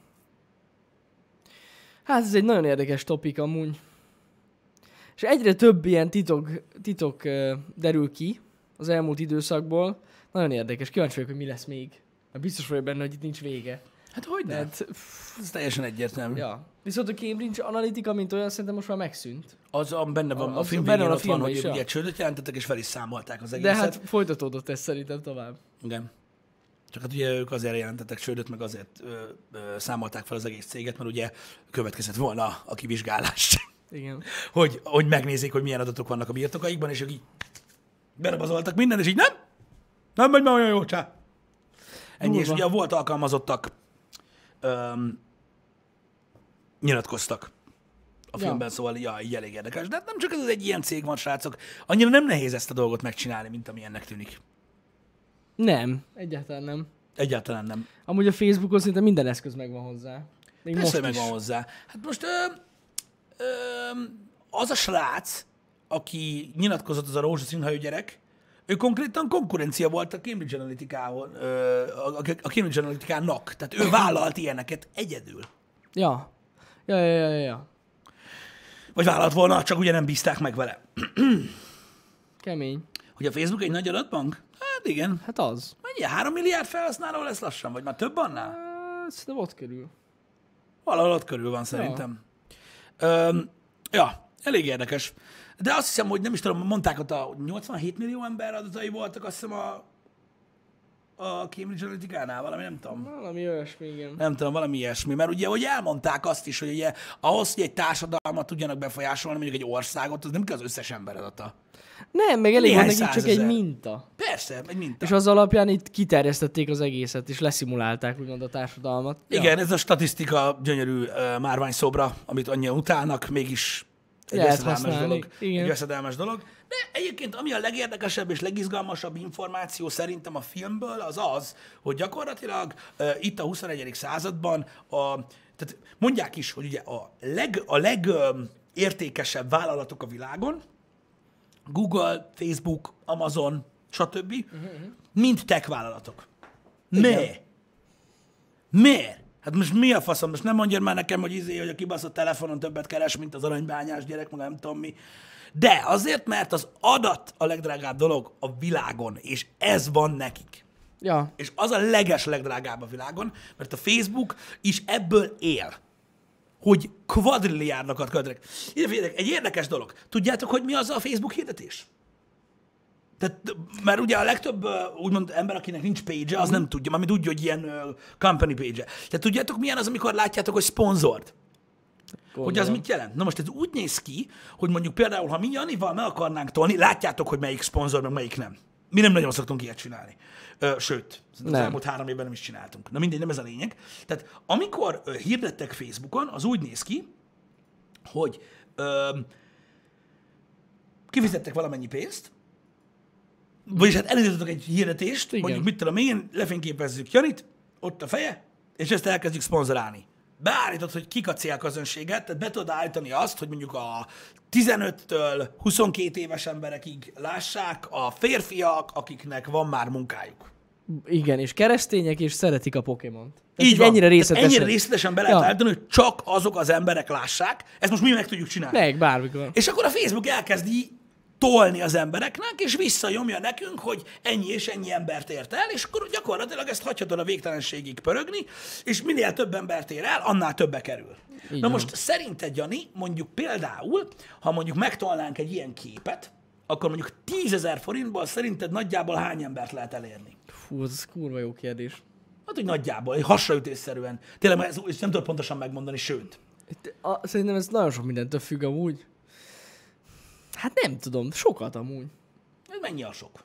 Hát ez egy nagyon érdekes topik amúgy. És egyre több ilyen titok, titok uh, derül ki az elmúlt időszakból. Nagyon érdekes. Kíváncsi vagyok, hogy mi lesz még. Mert biztos vagyok benne, hogy itt nincs vége. Hát hogy ne? Tehát, Ez teljesen egyértelmű. ja. Viszont a Cambridge Analytica, mint olyan, szerintem most már megszűnt. Az a, benne van, a, Az film benne végén van a ott van, filmben hogy is, ja. ugye csődöt jelentettek, és fel is számolták az De egészet. hát folytatódott ez szerintem tovább. Igen. Csak hát ugye ők azért jelentettek csődöt, meg azért ö, ö, számolták fel az egész céget, mert ugye következett volna a kivizsgálás, Igen. hogy, hogy megnézzék, hogy milyen adatok vannak a birtokaikban, és ők így berabazoltak minden, és így nem, nem megy már olyan jó, csá. Ennyi, és Durva. ugye volt alkalmazottak, öm, nyilatkoztak a Ja. filmben, szóval ja, így elég érdekes. De hát nem csak ez az egy ilyen cég van, srácok, annyira nem nehéz ezt a dolgot megcsinálni, mint ami ennek tűnik. Nem, egyáltalán nem. Egyáltalán nem. Amúgy a Facebookon szinte minden eszköz megvan hozzá. Még Persze, most hogy megvan is. hozzá. Hát most ö, ö, az a srác, aki nyilatkozott, az a rózsaszínhajú gyerek, ő konkrétan konkurencia volt a Cambridge Analytica-on, a a Cambridge Analytica-nak. Tehát ő vállalt ilyeneket egyedül. Ja. Ja, ja, ja, ja, ja. Vagy vállalt volna, csak ugye nem bízták meg vele. Kemény. Hogy a Facebook egy nagy adatbank? Hát igen. Hát az. Mennyi? Három milliárd felhasználó lesz lassan? Vagy már több annál? Hát, szerintem ott körül. Valahol ott körül van szerintem. Ja. Öm, ja, elég érdekes. De azt hiszem, hogy nem is tudom, mondták ott a nyolcvanhét millió ember adatai voltak, azt hiszem a, a Cambridge Analytica-nál, valami, nem tudom. Valami olyasmi, igen. Nem tudom, valami ilyesmi. Mert ugye, hogy elmondták azt is, hogy ugye ahhoz, hogy egy társadalmat tudjanak befolyásolni, mondjuk egy országot, az nem kell az összes ember adata. Nem, meg elég van Néhány neki csak százezer. egy minta. Persze, egy minta. És az alapján itt kiterjesztették az egészet, és leszimulálták úgymond a társadalmat. Igen, ez a statisztika gyönyörű uh, márványszobra, amit annyian utálnak, mégis egy Lehet veszedelmes használni. dolog. Igen. Egy veszedelmes dolog. De egyébként ami a legérdekesebb és legizgalmasabb információ szerintem a filmből az az, hogy gyakorlatilag uh, itt a huszonegyedik században a, tehát mondják is, hogy ugye a leg, a legértékesebb vállalatok a világon, Google, Facebook, Amazon, stb. Uh-huh. Mind tech vállalatok. Miért? Miért? Hát most mi a faszom? Most nem mondjad már nekem, hogy izé, hogy a kibaszott telefonon többet keres, mint az aranybányás gyerek, meg nem tudom mi. De azért, mert az adat a legdrágább dolog a világon, és ez van nekik. Ja. És az a leges legdrágább a világon, mert a Facebook is ebből él, hogy kvadrilliárdokat költenek. Ide figyeljetek, egy érdekes dolog. Tudjátok, hogy mi az a Facebook hirdetés? Tehát, mert ugye a legtöbb uh, úgymond ember, akinek nincs page-e, az nem tudja, mármint úgy, hogy ilyen uh, company page-e. Tehát tudjátok, milyen az, amikor látjátok, hogy sponsored? Hogy az mit jelent? Na most ez úgy néz ki, hogy mondjuk például, ha mi Janival meg akarnánk tolni, látjátok, hogy melyik szponzor, meg melyik nem. Mi nem nagyon szoktunk ilyet csinálni. Ö, sőt, az elmúlt három évben nem is csináltunk. Na mindegy, nem ez a lényeg. Tehát amikor ö, hirdettek Facebookon, az úgy néz ki, hogy ö, kifizettek valamennyi pénzt, vagyis hát elindítottak egy hirdetést, igen. Mondjuk mit tudom én, lefényképezzük Janit, ott a feje, és ezt elkezdjük szponzorálni. Beállítod, hogy kik a célközönséget, tehát be tudod állítani azt, hogy mondjuk a tizenöttől huszonkét éves emberekig lássák a férfiak, akiknek van már munkájuk. Igen, és keresztények, és szeretik a Pokémont. Így van. Ennyire részletesen. Ennyire részletesen be lehet ja. állítani, hogy csak azok az emberek lássák, ezt most mi meg tudjuk csinálni. Meg, bármikor. És akkor a Facebook elkezdi tolni az embereknek, és visszanyomja nekünk, hogy ennyi és ennyi embert ért el, és akkor gyakorlatilag ezt hagyhatod a végtelenségig pörögni, és minél több embert ér el, annál többe kerül. Így Na van. Most szerinted, Jani, mondjuk például, ha mondjuk megtolnánk egy ilyen képet, akkor mondjuk tízezer forintból szerinted nagyjából hány embert lehet elérni? Fú, ez kurva jó kérdés. Hát, hogy nagyjából, hasraütésszerűen. Tényleg, ez, és nem tudod pontosan megmondani, sőt. A, szerintem ez nagyon sok mindentől függ amúgy. Hát nem tudom, sokat amúgy. Ez mennyi a sok?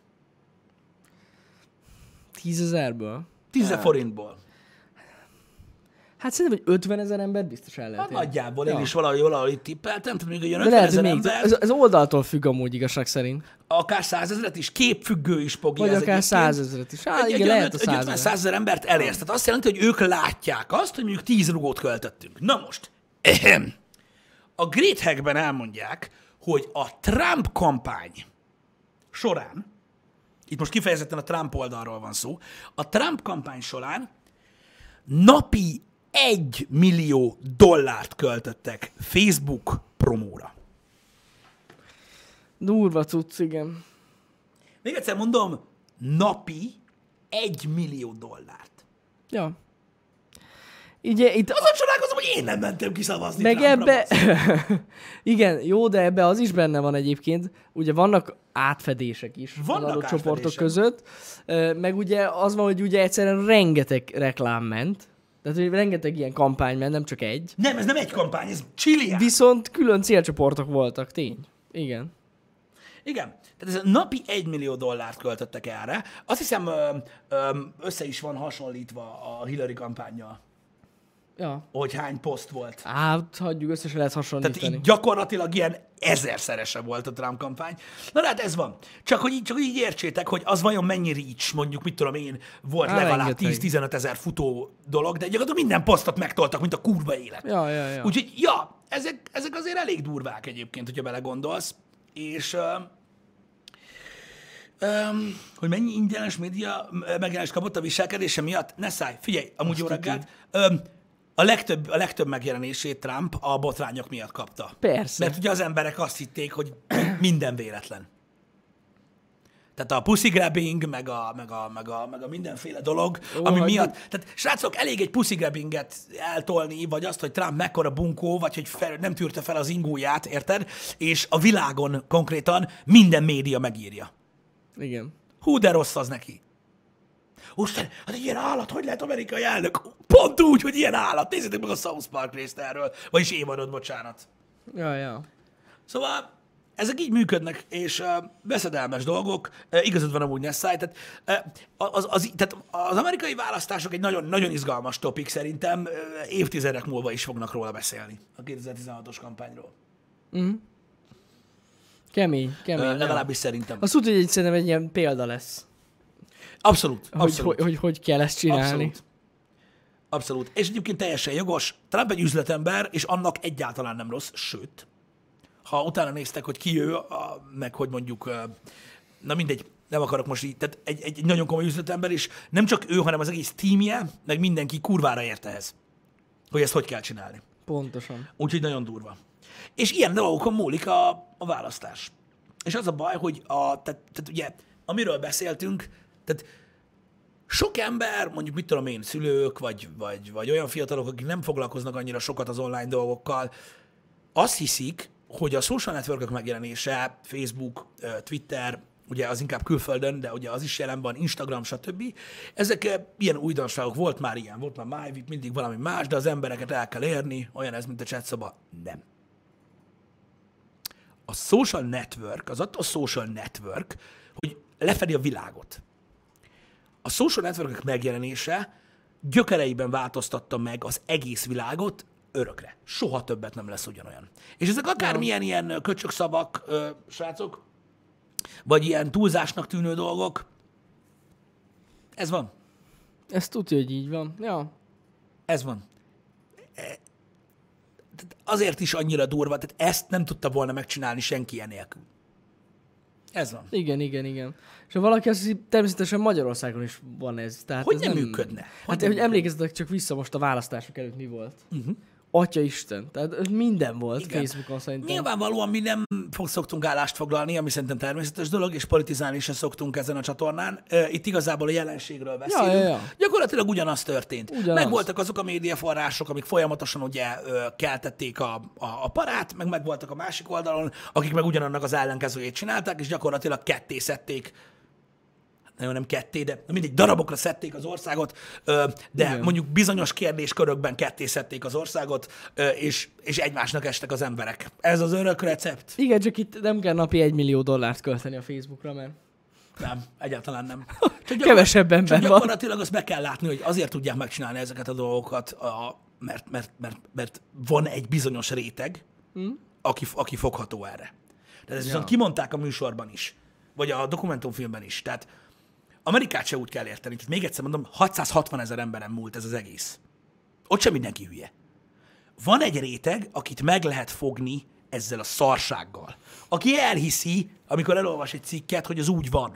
Tízezerből? Tízezer forintból. Hát szerintem, hogy ötvenezer ember biztos el lehet. Hát érni. nagyjából, ja. én is valahogy, valahogy itt tippeltem, tudom, hogy jön De lehet, ötvenezer hogy még, ember. ez, ez oldaltól függ amúgy igazság szerint. Akár százezret is, képfüggő is fogja. Vagy akár százezret is. Á, egy, igen, egy, lehet egy a ötven százezer embert elérsz. Tehát azt jelenti, hogy ők látják azt, hogy mondjuk tíz rugót költöttünk. Na most, ehem. A Great Hackben elmondják, hogy a Trump kampány során, itt most kifejezetten a Trump oldalról van szó, a Trump kampány során napi egy millió dollárt költöttek Facebook promóra. Durva cucc, igen. Még egyszer mondom, napi egy millió dollárt. Ja. Ugye itt... Azon csodálkozom, hogy én nem mentem ki szavazni. Meg Trumpra, ebbe... Igen, jó, de ebbe az is benne van egyébként. Ugye vannak átfedések is vannak az adott átfedések. csoportok között. Meg ugye az van, hogy ugye egyszerűen rengeteg reklám ment. Tehát, hogy rengeteg ilyen kampány ment, nem csak egy. Nem, ez nem egy kampány, ez csilliárd. Viszont külön célcsoportok voltak, tény. Igen. Igen. Tehát ez napi egy millió dollárt költöttek erre. Azt hiszem, ö, ö, össze is van hasonlítva a Hillary kampánnyal. Ja. Hogy hány poszt volt. Hát, hagyjuk, össze se lehet hasonlítani. Tehát így gyakorlatilag ilyen ezerszerese volt a Trump kampány. Na de hát ez van. Csak hogy így, csak így értsétek, hogy az vajon mennyi reach, mondjuk mit tudom én, volt Há, legalább rengeteg. tíz-tizenöt ezer futó dolog, de gyakorlatilag minden posztot megtoltak, mint a kurva élet. Ja, ja, ja. Úgyhogy, ja, ezek, ezek azért elég durvák egyébként, hogyha belegondolsz. és ö, ö, hogy mennyi ingyenes média megjelenést kapott a viselkedése miatt? Ne szállj, figyelj, amúgy jó reggelt. Ö, A legtöbb, a legtöbb megjelenését Trump a botrányok miatt kapta. Persze. Mert ugye az emberek azt hitték, hogy minden véletlen. Tehát a pussy grabbing, meg a, meg a, meg a, meg a mindenféle dolog, Ó, ami hogy miatt... Tehát srácok, elég egy pussy grabbinget eltolni, vagy azt, hogy Trump mekkora bunkó, vagy hogy fel, nem tűrte fel az ingóját, érted? És a világon konkrétan minden média megírja. Igen. Hú, de rossz az neki. Úristen, hát egy ilyen állat, hogy lehet amerikai elnök? Pont úgy, hogy ilyen állat. Nézzétek meg a South Park részt erről. Vagyis évadot, bocsánat. Ja, ja. Szóval ezek így működnek, és uh, veszedelmes dolgok. Uh, igazad van amúgy, Nessai. Tehát, uh, az, az, tehát az amerikai választások egy nagyon, nagyon izgalmas topik szerintem. Uh, évtizedek múlva is fognak róla beszélni. A kétezer-tizenhatos kampányról. Mm. Kemény, kemény. Uh, legalábbis szerintem. Azt úgy, hogy egy, szerintem egy ilyen példa lesz. Abszolút. Hogy abszolút. hogy, hogy hogy kell ezt csinálni. Abszolút. Abszolút. És egyébként teljesen jogos. Trump egy üzletember, és annak egyáltalán nem rossz, sőt, ha utána néztek, hogy ki ő, a, meg hogy mondjuk, na mindegy, nem akarok most így, tehát egy, egy nagyon komoly üzletember, és nem csak ő, hanem az egész tímje, meg mindenki kurvára ért ehhez, hogy ezt hogy kell csinálni. Pontosan. Úgyhogy nagyon durva. És ilyen dolgokon múlik a, a választás. És az a baj, hogy a, tehát, tehát ugye, amiről beszéltünk, tehát sok ember, mondjuk mit tudom én, szülők, vagy, vagy, vagy olyan fiatalok, akik nem foglalkoznak annyira sokat az online dolgokkal, azt hiszik, hogy a social networkök megjelenése, Facebook, Twitter, ugye az inkább külföldön, de ugye az is jelen van, Instagram, stb. Ezek ilyen újdonságok, volt már ilyen, volt már MyVip, mindig valami más, de az embereket el kell érni, olyan ez, mint a chatszoba. Nem. A social network, az attól social network, hogy lefedi a világot. A social networkök megjelenése gyökereiben változtatta meg az egész világot örökre. Soha többet nem lesz ugyanolyan. És ezek akármilyen ilyen köcsökszavak, ö, srácok, vagy ilyen túlzásnak tűnő dolgok, ez van. Ez tudja, hogy így van. Ja. Ez van. Azért is annyira durva, tehát ezt nem tudta volna megcsinálni senki enélkül. Ez van. Igen, igen, igen. És ha valaki azt hiszi, természetesen Magyarországon is van ez. Tehát hogy ez nem nem működne? Hogy Hát, nem hogy működne? emlékezzetek csak vissza most a választások előtt mi volt. Uh-huh. Atya Isten. Tehát minden volt Igen. Facebookon szerintem. Nyilvánvalóan mi nem fog, szoktunk állást foglalni, ami szerintem természetes dolog, és politizálni sem szoktunk ezen a csatornán. Itt igazából a jelenségről beszélünk. Ja, ja, ja. Gyakorlatilag ugyanaz történt. Ugyanaz. Megvoltak azok a médiaforrások, amik folyamatosan ugye keltették a, a, a parát, meg megvoltak a másik oldalon, akik meg ugyanannak az ellenkezőjét csinálták, és gyakorlatilag ketté szedték, nagyon nem ketté, de mindegy, darabokra szedték az országot, de igen. Mondjuk bizonyos kérdéskörökben ketté szedték az országot, és, és egymásnak estek az emberek. Ez az örök recept? Igen, csak itt nem kell napi egy millió dollárt költeni a Facebookra, mert... Nem, egyáltalán nem. Csak Kevesebb ember csak van. gyakorlatilag azt meg kell látni, hogy azért tudják megcsinálni ezeket a dolgokat, a, mert, mert, mert, mert van egy bizonyos réteg, hmm? aki, aki fogható erre. Tehát ezt viszont ja. kimondták a műsorban is, vagy a dokumentumfilmben is. Tehát Amerikát se úgy kell érteni. Tehát még egyszer mondom, hatszázhatvan ezer emberen múlt ez az egész. Ott sem mindenki hülye. Van egy réteg, akit meg lehet fogni ezzel a szarsággal. Aki elhiszi, amikor elolvas egy cikket, hogy az úgy van.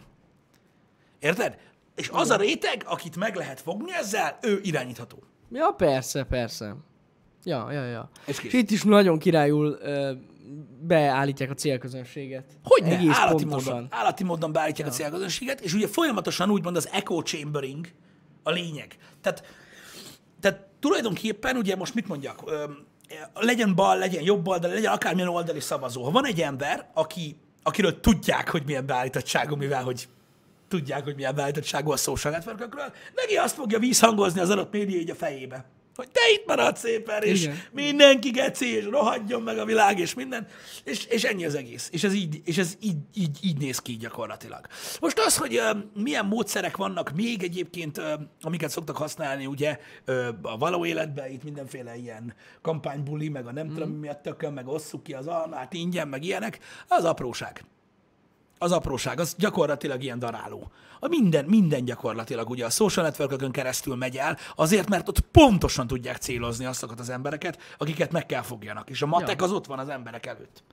Érted? És az a réteg, akit meg lehet fogni ezzel, ő irányítható. Ja, persze, persze. Ja, ja, ja. És, és itt is nagyon királyul ö, beállítják a célközönséget. Hogyne, Egész állati pontosan. módon, állati módon beállítják ja. a célközönséget, és ugye folyamatosan úgymond az echo chambering a lényeg. Tehát, tehát tulajdonképpen ugye most mit mondjak, ö, legyen bal, legyen jobb oldal, legyen akármilyen oldali szavazó. Ha van egy ember, aki, akiről tudják, hogy milyen beállítottságú, mivel hogy tudják, hogy milyen beállítottságú a social networkökről, neki azt fogja vízhangozni az adott média így a fejébe. Hogy te itt maradsz szépen, és igen. mindenki geci, és rohadjon meg a világ, és minden, és, és ennyi az egész. És ez, így, és ez így, így, így néz ki gyakorlatilag. Most az, hogy uh, milyen módszerek vannak még egyébként, uh, amiket szoktak használni, ugye uh, a való életben, itt mindenféle ilyen kampánybuli, meg a nem mm. tudom mi a tökön, meg osszuk ki az almát ingyen, meg ilyenek, az apróság. Az apróság, az gyakorlatilag ilyen daráló. A minden, minden gyakorlatilag ugye a social networkökön keresztül megy el, azért, mert ott pontosan tudják célozni azokat az embereket, akiket meg kell fogjanak. És a matek ja. az ott van az emberek előtt.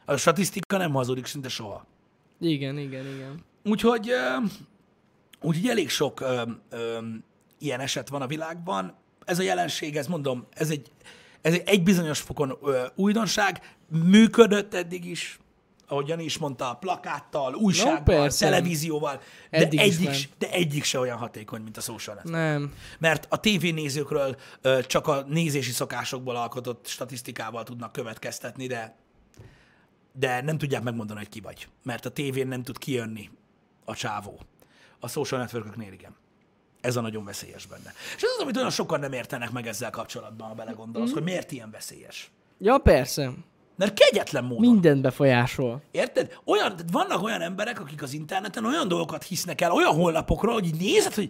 A statisztika nem hazudik szinte soha. Igen, igen, igen. Úgyhogy, ö, úgyhogy elég sok ö, ö, ilyen eset van a világban. Ez a jelenség, ez mondom, ez egy, ez egy, egy bizonyos fokon ö, újdonság. Működött eddig is, ahogy Jani is mondta, plakáttal, újsággal, no, televízióval, de egyik, de egyik se olyan hatékony, mint a social network. Nem. Mert a tévénézőkről ö, csak a nézési szokásokból alkotott statisztikával tudnak következtetni, de, de nem tudják megmondani, hogy ki vagy. Mert a tévén nem tud kijönni a csávó. A social networköknél igen. Ez a nagyon veszélyes benne. És ez az, amit olyan sokan nem értenek meg ezzel kapcsolatban, ha belegondolsz, mm. hogy miért ilyen veszélyes. Ja, persze. Mert kegyetlen módon. Mindent befolyásol. Érted? Olyan, vannak olyan emberek, akik az interneten olyan dolgokat hisznek el, olyan honlapokról, hogy így nézed, hogy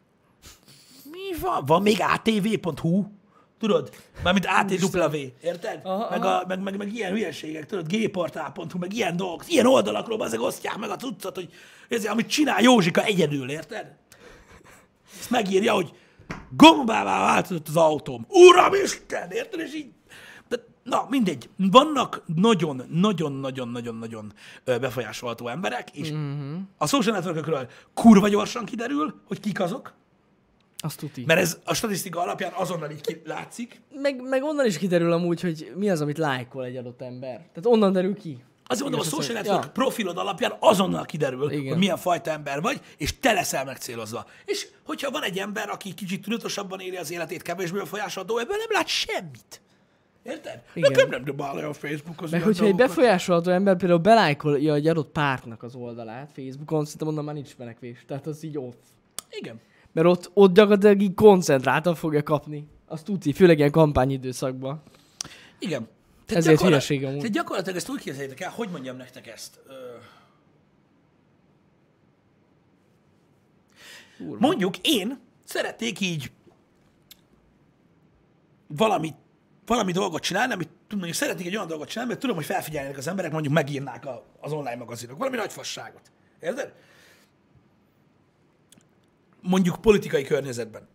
mi van? Van még á té vé pont hú? Tudod? Mármint á té dupla vé, érted? Aha, meg, a, meg, meg, meg ilyen hülyeségek, tudod? gé portál pont hú, meg ilyen dolgok. Ilyen oldalakról azok osztják meg a cuccot, hogy ezért, amit csinál Józsika egyedül, érted? Ezt megírja, hogy gombává változott az autóm. Uramisten, érted? És így na, mindegy. Vannak nagyon-nagyon-nagyon-nagyon-nagyon befolyásolható emberek, és mm-hmm. a social networkökről kurva gyorsan kiderül, hogy kik azok. Azt tuti. Mert ez a statisztika alapján azonnal így látszik. Meg, meg onnan is kiderül amúgy, hogy mi az, amit lájkol egy adott ember. Tehát onnan derül ki. Azért mondom, a social network ja. profilod alapján azonnal kiderül, igen. hogy milyen fajta ember vagy, és te leszel megcélozva. És hogyha van egy ember, aki kicsit tudatosabban éli az életét, kevésbé befolyásolható, ebből nem lát semmit. Érted? Nekem nem dobálja a Facebookhoz. Meg hogyha egy befolyásolható ember például belájkolja egy adott pártnak az oldalát Facebookon, szerintem onnan már nincs menekvés. Tehát az így off. Igen. Mert ott, ott gyakorlatilag így koncentráltan fogja kapni. Azt tudni, főleg ilyen kampányidőszakban. Igen. Tehát ezért hülyeség amúgy. Tehát gyakorlatilag ezt úgy képzeljétek el, hogy mondjam nektek ezt. Úr, mondjuk én szeretnék így valamit valami dolgot csinálni, amit mondjuk szeretnék egy olyan dolgot csinálni, mert tudom, hogy felfigyelnek az emberek, mondjuk megírnák a, az online magazinok. Valami nagy fasságot. Érted? Mondjuk politikai környezetben.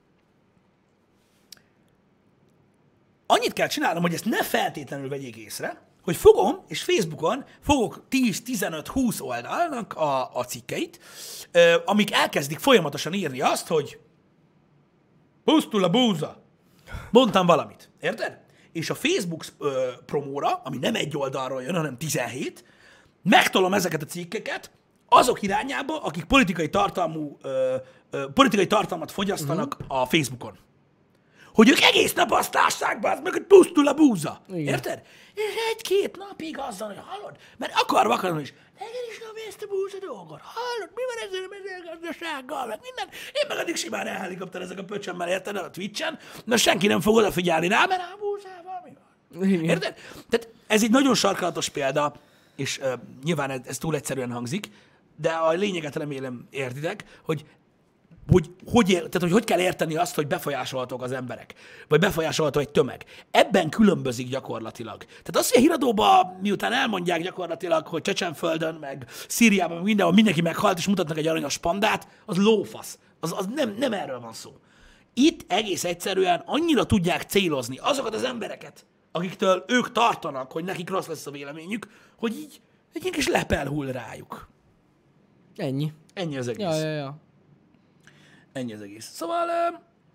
Annyit kell csinálnom, hogy ezt ne feltétlenül vegyék észre, hogy fogom, és Facebookon fogok tíz, tizenöt, húsz oldalnak a, a cikkeit, amik elkezdik folyamatosan írni azt, hogy pusztul a búza. Mondtam valamit. Érted? És a Facebook ö, promóra, ami nem egy oldalról jön, hanem tizenhét, megtolom ezeket a cikkeket azok irányába, akik politikai tartalmú, ö, ö, politikai tartalmat fogyasztanak uh-huh. a Facebookon. Hogy ők egész nap azt lássák be, az meg, hogy pusztul a búza. Igen. Érted? És egy-két napig azzal, hogy hallod, mert akar vakarni is, neked is nem ezt a búza dolgot. Hallod, mi van ezzel a mezőgazdasággal, meg minden. Én meg addig simán elhelikopterezek a pöcsömmel, érted, a Twitchen, na senki nem fog odafigyelni rá, mert a búzával mi van. Igen. Érted? Tehát ez egy nagyon sarkalatos példa, és uh, nyilván ez, ez túl egyszerűen hangzik, de a lényeget remélem értitek, hogy hogy hogy, ér, tehát, hogy hogy kell érteni azt, hogy befolyásolhatók az emberek, vagy befolyásolható egy tömeg. Ebben különbözik gyakorlatilag. Tehát az, hogy a híradóban miután elmondják gyakorlatilag, hogy Csecsenföldön, meg Szíriában, meg mindenhol mindenki meghalt, és mutatnak egy aranyos pandát, az lófasz. Az, az nem, nem erről van szó. Itt egész egyszerűen annyira tudják célozni azokat az embereket, akiktől ők tartanak, hogy nekik rossz lesz a véleményük, hogy így egy ilyen kis lepel hull rájuk. Ennyi. Ennyi az egész. Ja, ja, ja. Ennyi az egész. Szóval uh,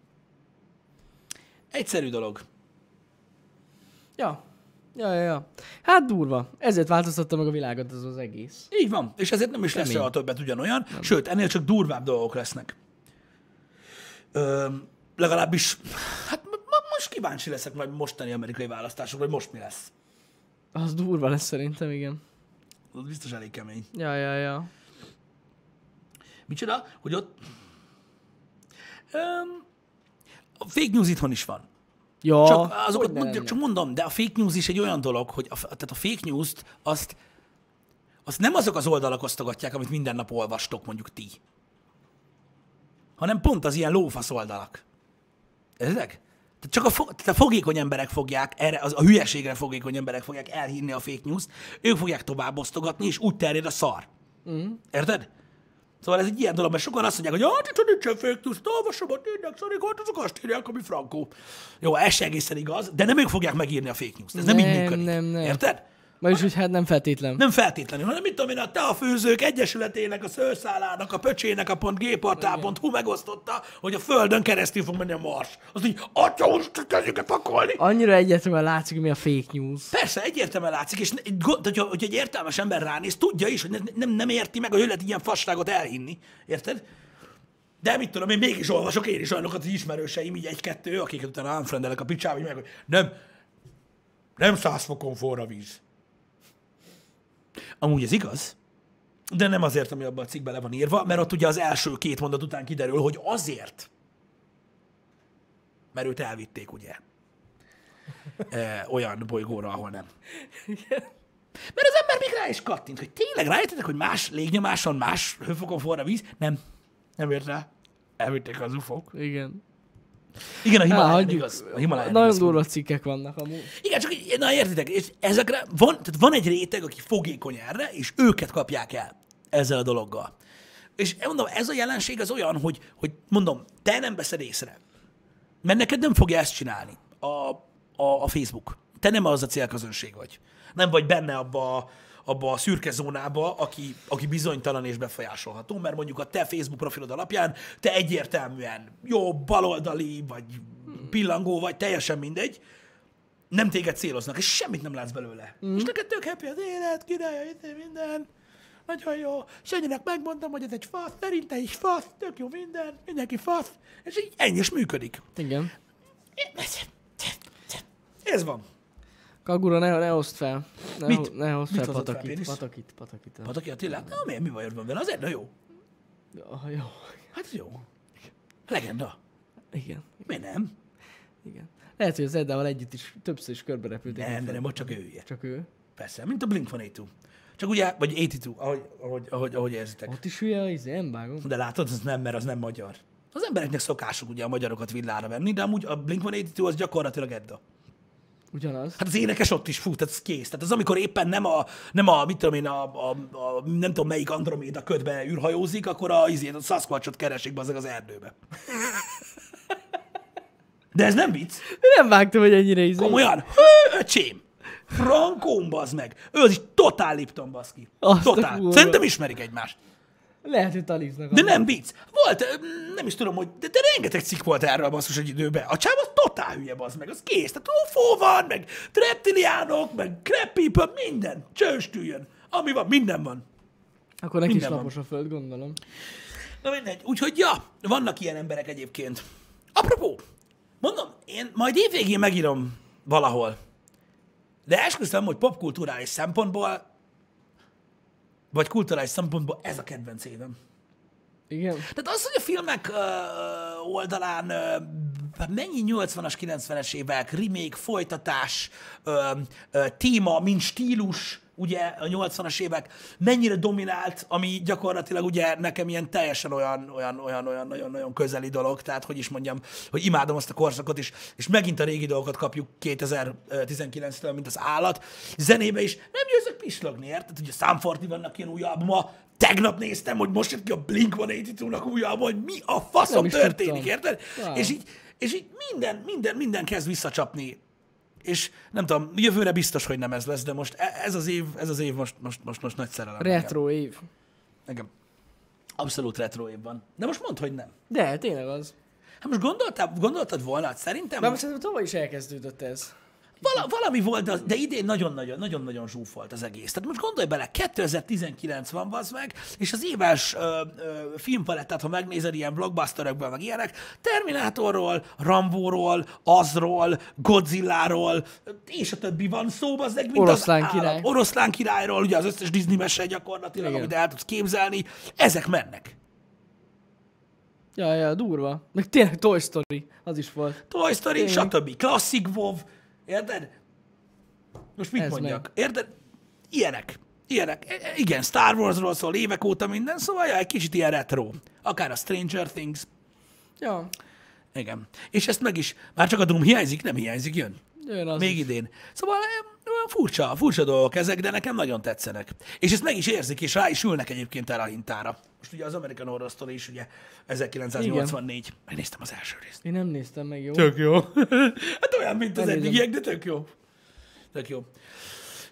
egyszerű dolog. Ja. Ja, ja, ja. Hát durva. Ezért változtatta meg a világot az az egész. Így van. És ezért nem is lesz olyan többet ugyanolyan. Nem. Sőt, ennél csak durvább dolgok lesznek. Ö, legalábbis, hát most kíváncsi leszek majd mostani amerikai választásokra, hogy most mi lesz. Az durva lesz szerintem, igen. Az biztos elég kemény. Ja, ja, ja. Micsoda? Hogy ott... Um, a fake news itthon is van. Ja, csak, azokat mond, csak mondom, de a fake news is egy olyan dolog, hogy a, tehát a fake news-t azt, azt nem azok az oldalak osztogatják, amit minden nap olvastok, mondjuk ti. Hanem pont az ilyen lófasz oldalak. Ezek? Tehát csak a, fo- tehát a fogékony emberek fogják, erre, az, a hülyeségre fogékony emberek fogják elhinni a fake news-t, ők fogják tovább osztogatni, és úgy terjed a szar. Mm. Érted? Szóval ez egy ilyen dolog, mert sokan azt mondják, hogy hát itt nincsen fake news, olvasom a tényleg szarikot, azok azt írják, ami frankó. Jó, ez se egészen igaz, de nem ők fogják megírni a fake news-t. Ez nem, nem így működik. Nem, nem. Érted? Vagyis, hogy hát nem feltétlen. Nem feltétlenül, hanem mit tudom én, a Teafőzők Egyesületének, a Szőrszálának, a Pöcsének, a .gportál.hu megosztotta, hogy a Földön keresztül fog menni a Mars. Az így, atya, most kezdjük pakolni. Annyira egyértelműen látszik, mi a fake news. Persze, egyértelműen látszik, és hogyha, hogyha egy értelmes ember ránéz, tudja is, hogy ne, nem, nem érti meg, hogy ő lehet ilyen fasságot elhinni. Érted? De mit tudom, én mégis olvasok én is olyanokat, hogy ismerőseim, így egy-kettő, akiket utána unfriendelek a picsába, hogy meg, hogy nem, nem száz fokon forr a víz. Amúgy ez igaz, de nem azért, ami abban a cikkben le van írva, mert ott ugye az első két mondat után kiderül, hogy azért, mert őt elvitték, ugye, e, olyan bolygóra, ahol nem. Mert az ember még rá is kattint, hogy tényleg rájöttetek, hogy más légnyomáson, más hőfokon forr a víz? Nem. Nem ért rá. Elvitték az ufók. Igen. Igen, a Himaláján Há, igaz. A Himaláján nagyon igaz. durva cikkek vannak amúgy. Igen, csak így- na értitek, és ezekre van, tehát van egy réteg, aki fogékony erre, és őket kapják el ezzel a dologgal. És mondom, ez a jelenség az olyan, hogy, hogy mondom, te nem veszed észre. Mert neked nem fogja ezt csinálni a, a, a Facebook. Te nem az a célközönség vagy. Nem vagy benne abba a, abba a szürke zónába, aki, aki bizonytalan és befolyásolható, mert mondjuk a te Facebook profilod alapján te egyértelműen jó, baloldali, vagy pillangó, vagy teljesen mindegy, nem téged céloznak, és semmit nem látsz belőle. Mm. És neked tök happy az élet, király, minden, nagyon jó, és ennyinek megmondom, hogy ez egy fasz, szerinte is fasz, tök jó minden, mindenki fasz, és így ennyi is működik. Igen. Ez van. Kagura, ne, ne oszd fel. Ne, Mit? ho- ne hozd Mit fel hozott fel, patakit. pénisz? Patakit, patakit. Pataki Attilát? Na, miért, mi bajod van vele? Azért, na jó. Ja, jó. Hát jó. Legenda. Igen. Miért nem? Igen. Lehet, hogy az Eddával együtt is többször is körbe repülték. Nem, de nem, ott csak ő ilyen. Csak ő. Persze, mint a blink száznyolcvankettő. Csak ugye, vagy nyolcvankettő, ahogy, ahogy, ahogy, ahogy érzitek. Ott is hülye, izé, nem vágom. De látod, az nem, mert az nem magyar. Az embereknek szokásuk ugye a magyarokat villára venni, de amúgy a blink száznyolcvankettő az gyakorlatilag Edda. Ugyanaz. Hát az énekes ott is fut, ez kész. Tehát az, amikor éppen nem a, nem a mit tudom én, a, a, a nem tudom melyik Androméda ködbe űrhajózik, akkor a, izét, a Sasquatchot keresik bazzeg az erdőbe. De ez nem vicc. Nem vágtam, hogy ennyire izé. Komolyan? Hő, öcsém! Frankón, bazd meg! Ő az is totál Lipton, baszki. Azt a Totál. kurva. Szerintem ismerik egymást. Lehet, hogy taliznak. De nem vicc. Volt, ö, nem is tudom, hogy, de, de rengeteg cikk volt erről basszus egy időben. A csáv az totál hülye, bazd meg, az kész. Tehát U F O van, meg reptiliánok, meg crab people, minden. Csőstüljön. Ami van, minden van. Akkor neki is minden lapos a föld, gondolom. Na mindegy. Úgyhogy ja, vannak ilyen emberek egyébként. Apropó, mondom, én majd évvégén megírom valahol. De esküszöm, hogy popkulturális szempontból, vagy kulturális szempontból ez a kedvenc évem. Igen. Tehát az, hogy a filmek ö, oldalán ö, mennyi nyolcvanas, kilencvenes évek, remake, folytatás, ö, ö, téma, mint stílus, ugye a nyolcvanas évek mennyire dominált, ami gyakorlatilag ugye nekem ilyen teljesen olyan, olyan, olyan, olyan nagyon, nagyon közeli dolog, tehát hogy is mondjam, hogy imádom azt a korszakot is, és megint a régi dolgokat kapjuk kétezer-tizenkilenctől, mint az állat. Zenébe is nem győzök pislogni, érted? Ugye Sum negyven vannak ilyen új albuma, tegnap néztem, hogy most jött ki a blink száznyolcvankettőnek új albuma, hogy mi a faszom Nem is történik, tudtam. érted? Wow. És így, és így minden, minden, minden kezd visszacsapni. És nem tudom, jövőre biztos, hogy nem ez lesz, de most e- ez az év, ez az év most, most, most, most nagy szerelem. Retro év. Nekem. Abszolút retro év van. De most mondd, hogy nem. De, tényleg az. Hát most gondoltál, gondoltad volna, hát szerintem De most szerintem tavaly is elkezdődött ez. vala, valami volt, de, de idén nagyon-nagyon, nagyon-nagyon zsúfolt az egész. Tehát most gondolj bele, kétezer-tizenkilenc van, bazd meg, és az éves ö, ö, filmpalettát, ha megnézed ilyen blockbusterekben, meg ilyenek, Terminátorról, Rambóról, Azról, Godzilláról, és a többi van szó, bazd meg, mint Oroszlán az király. állat. Oroszlán királyról, ugye az összes Disney mese gyakorlatilag, Igen. amit el tudsz képzelni, ezek mennek. Ja, ja, durva. Meg tényleg Toy Story, az is volt. Toy Story, Tényleg. stb. Klasszik WoW, érted? Most mit Ez mondjak? Érted? Ilyenek. Ilyenek. E- e- Igen, Star Warsról szól évek óta minden, szóval ja, egy kicsit ilyen retro. Akár a Stranger Things. Ja, Igen. És ezt meg is, már csak a Doom hiányzik, nem hiányzik, jön. jön az Még is. idén. Szóval em, olyan furcsa, furcsa dolgok ezek, de nekem nagyon tetszenek. És ezt meg is érzik, és rá is ülnek egyébként erre a hintára. Most ugye az American Horror Story is ugye ezerkilencszáznyolcvannégy. Megnéztem az első részt. Én nem néztem meg, jó? Tök jó. Hát olyan, mint az Elnézem. eddigiek, de tök jó. Tök jó.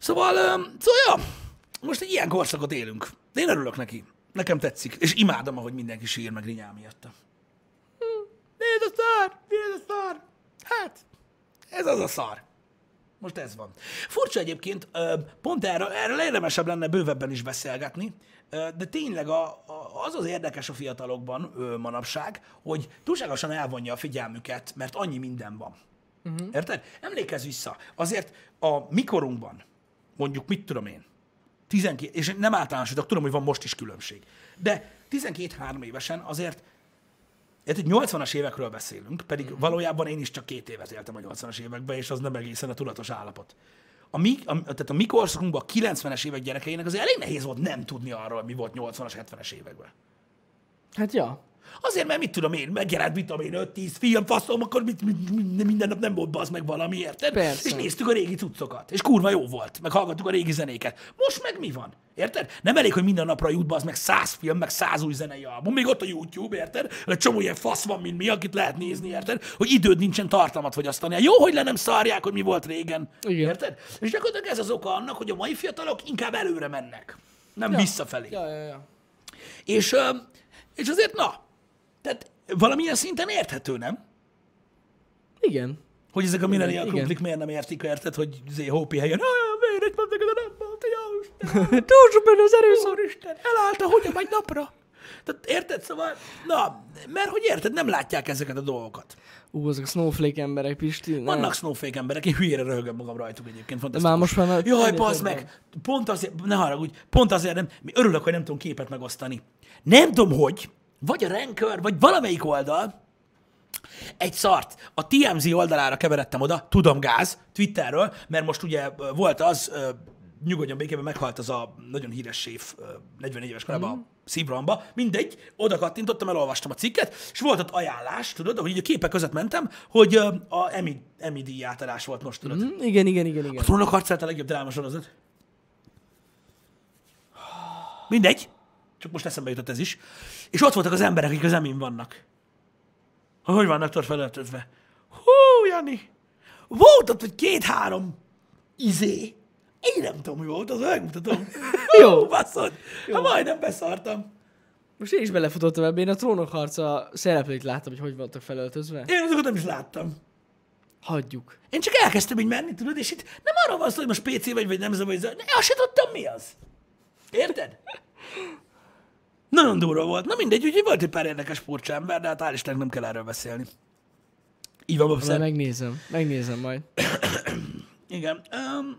Szóval, öm, szóval ja, most egy ilyen korszakot élünk. De én örülök neki. Nekem tetszik. És imádom, ahogy mindenki sír meg rinyál miatta. Hm, mi ez a szar? Mi ez a szar? Hát, ez az a szar. Most ez van. Furcsa egyébként, pont erről, erről érdemesebb lenne bővebben is beszélgetni, de tényleg a, a, az az érdekes a fiatalokban manapság, hogy túlságosan elvonja a figyelmüket, mert annyi minden van. Uh-huh. Érted? Emlékezz vissza. Azért a mikorunkban, mondjuk mit tudom én, tizenkét, és nem általánosítok, tudom, hogy van most is különbség, de tizenkét-három évesen azért egy nyolcvanas évekről beszélünk, pedig mm. valójában én is csak két évet éltem a nyolcvanas években, és az nem egészen a tudatos állapot. A mi, a, tehát a mi korszakunkban a kilencvenes évek gyerekeinek azért elég nehéz volt nem tudni arról, mi volt nyolcvanas, hetvenes években. Hát ja. Azért, mert mit tudom én, megjelent, mit tudom én, öt-tíz film, faszom, akkor mit, mit, mit, minden nap nem volt bazd meg valami, érted? Persze. És néztük a régi cuccokat, és kurva jó volt, meg hallgattuk a régi zenéket. Most meg mi van? Érted? Nem elég, hogy minden napra jut bazd meg száz film, meg száz új zenei album, még ott a YouTube, érted? Egy csomó ilyen fasz van, mint mi, akit lehet nézni, érted? Hogy időd nincsen tartalmat fogyasztani. Jó, hogy le nem szarják, hogy mi volt régen. Igen. Érted? És gyakorlatilag ez az oka annak, hogy a mai fiatalok inkább előre mennek, nem ja. visszafelé. Ja, ja, ja. És, és azért, na, tehát valamilyen szinten érthető, nem? Igen. Hogy ezek a millennial Igen. krumplik miért nem értik, érted, hogy zé hópi helyen, olyan véret van neked a napban, te jó Isten. Túl sok benne az erőszak. Úristen, elállta, hogyan egy napra. Tehát érted, szóval, na, mert hogy érted, nem látják ezeket a dolgokat. Ú, azok a snowflake emberek, Pisti. Ne. Vannak snowflake emberek, én hülyére röhögöm magam rajtuk egyébként. De már most már... Jaj, bazd meg, pont azért, ne haragudj, pont azért nem, örülök, hogy nem tudom képet megosztani. Nem tudom, hogy, vagy a Ranker, vagy valamelyik oldal, egy szart. A té em zé oldalára keveredtem oda, tudom gáz, Twitterről, mert most ugye volt az, nyugodjon békében, meghalt az a nagyon híres séf negyven éves korában mm. a szívrohamba, mindegy, oda kattintottam, elolvastam a cikket, és volt ott ajánlás, tudod, hogy így a képek között mentem, hogy a Emmy, Emmy díj átadás volt most, tudod. Mm, igen, igen, igen, igen. A Trónok harcát a legjobb drámasorozat. Mindegy, csak most eszembe jutott ez is. És ott voltak az emberek, akik az Emmyn vannak. Hogy vannak tudod felöltözve? Hú, Jani! Volt ott, hogy két-három izé. Én nem tudom, mi volt, az megmutatom. Jó. Basszod. Hát majdnem beszartam. Most én is belefutottam ebbe, én a Trónok harca szereplőit láttam, hogy hogy voltak felöltözve. Én azokat nem is láttam. Hagyjuk. Én csak elkezdtem így menni, tudod, és itt nem arról van szó, hogy most pé cé vagy, vagy nem vagy, de azt se tudtam, mi az. Érted? Nagyon durva volt. Na mindegy, úgyhogy volt egy pár érdekes furcsa ember, de hát hál' Istennek nem kell erről beszélni. Így van, Bobszer. Megnézem, megnézem majd. Igen. Um...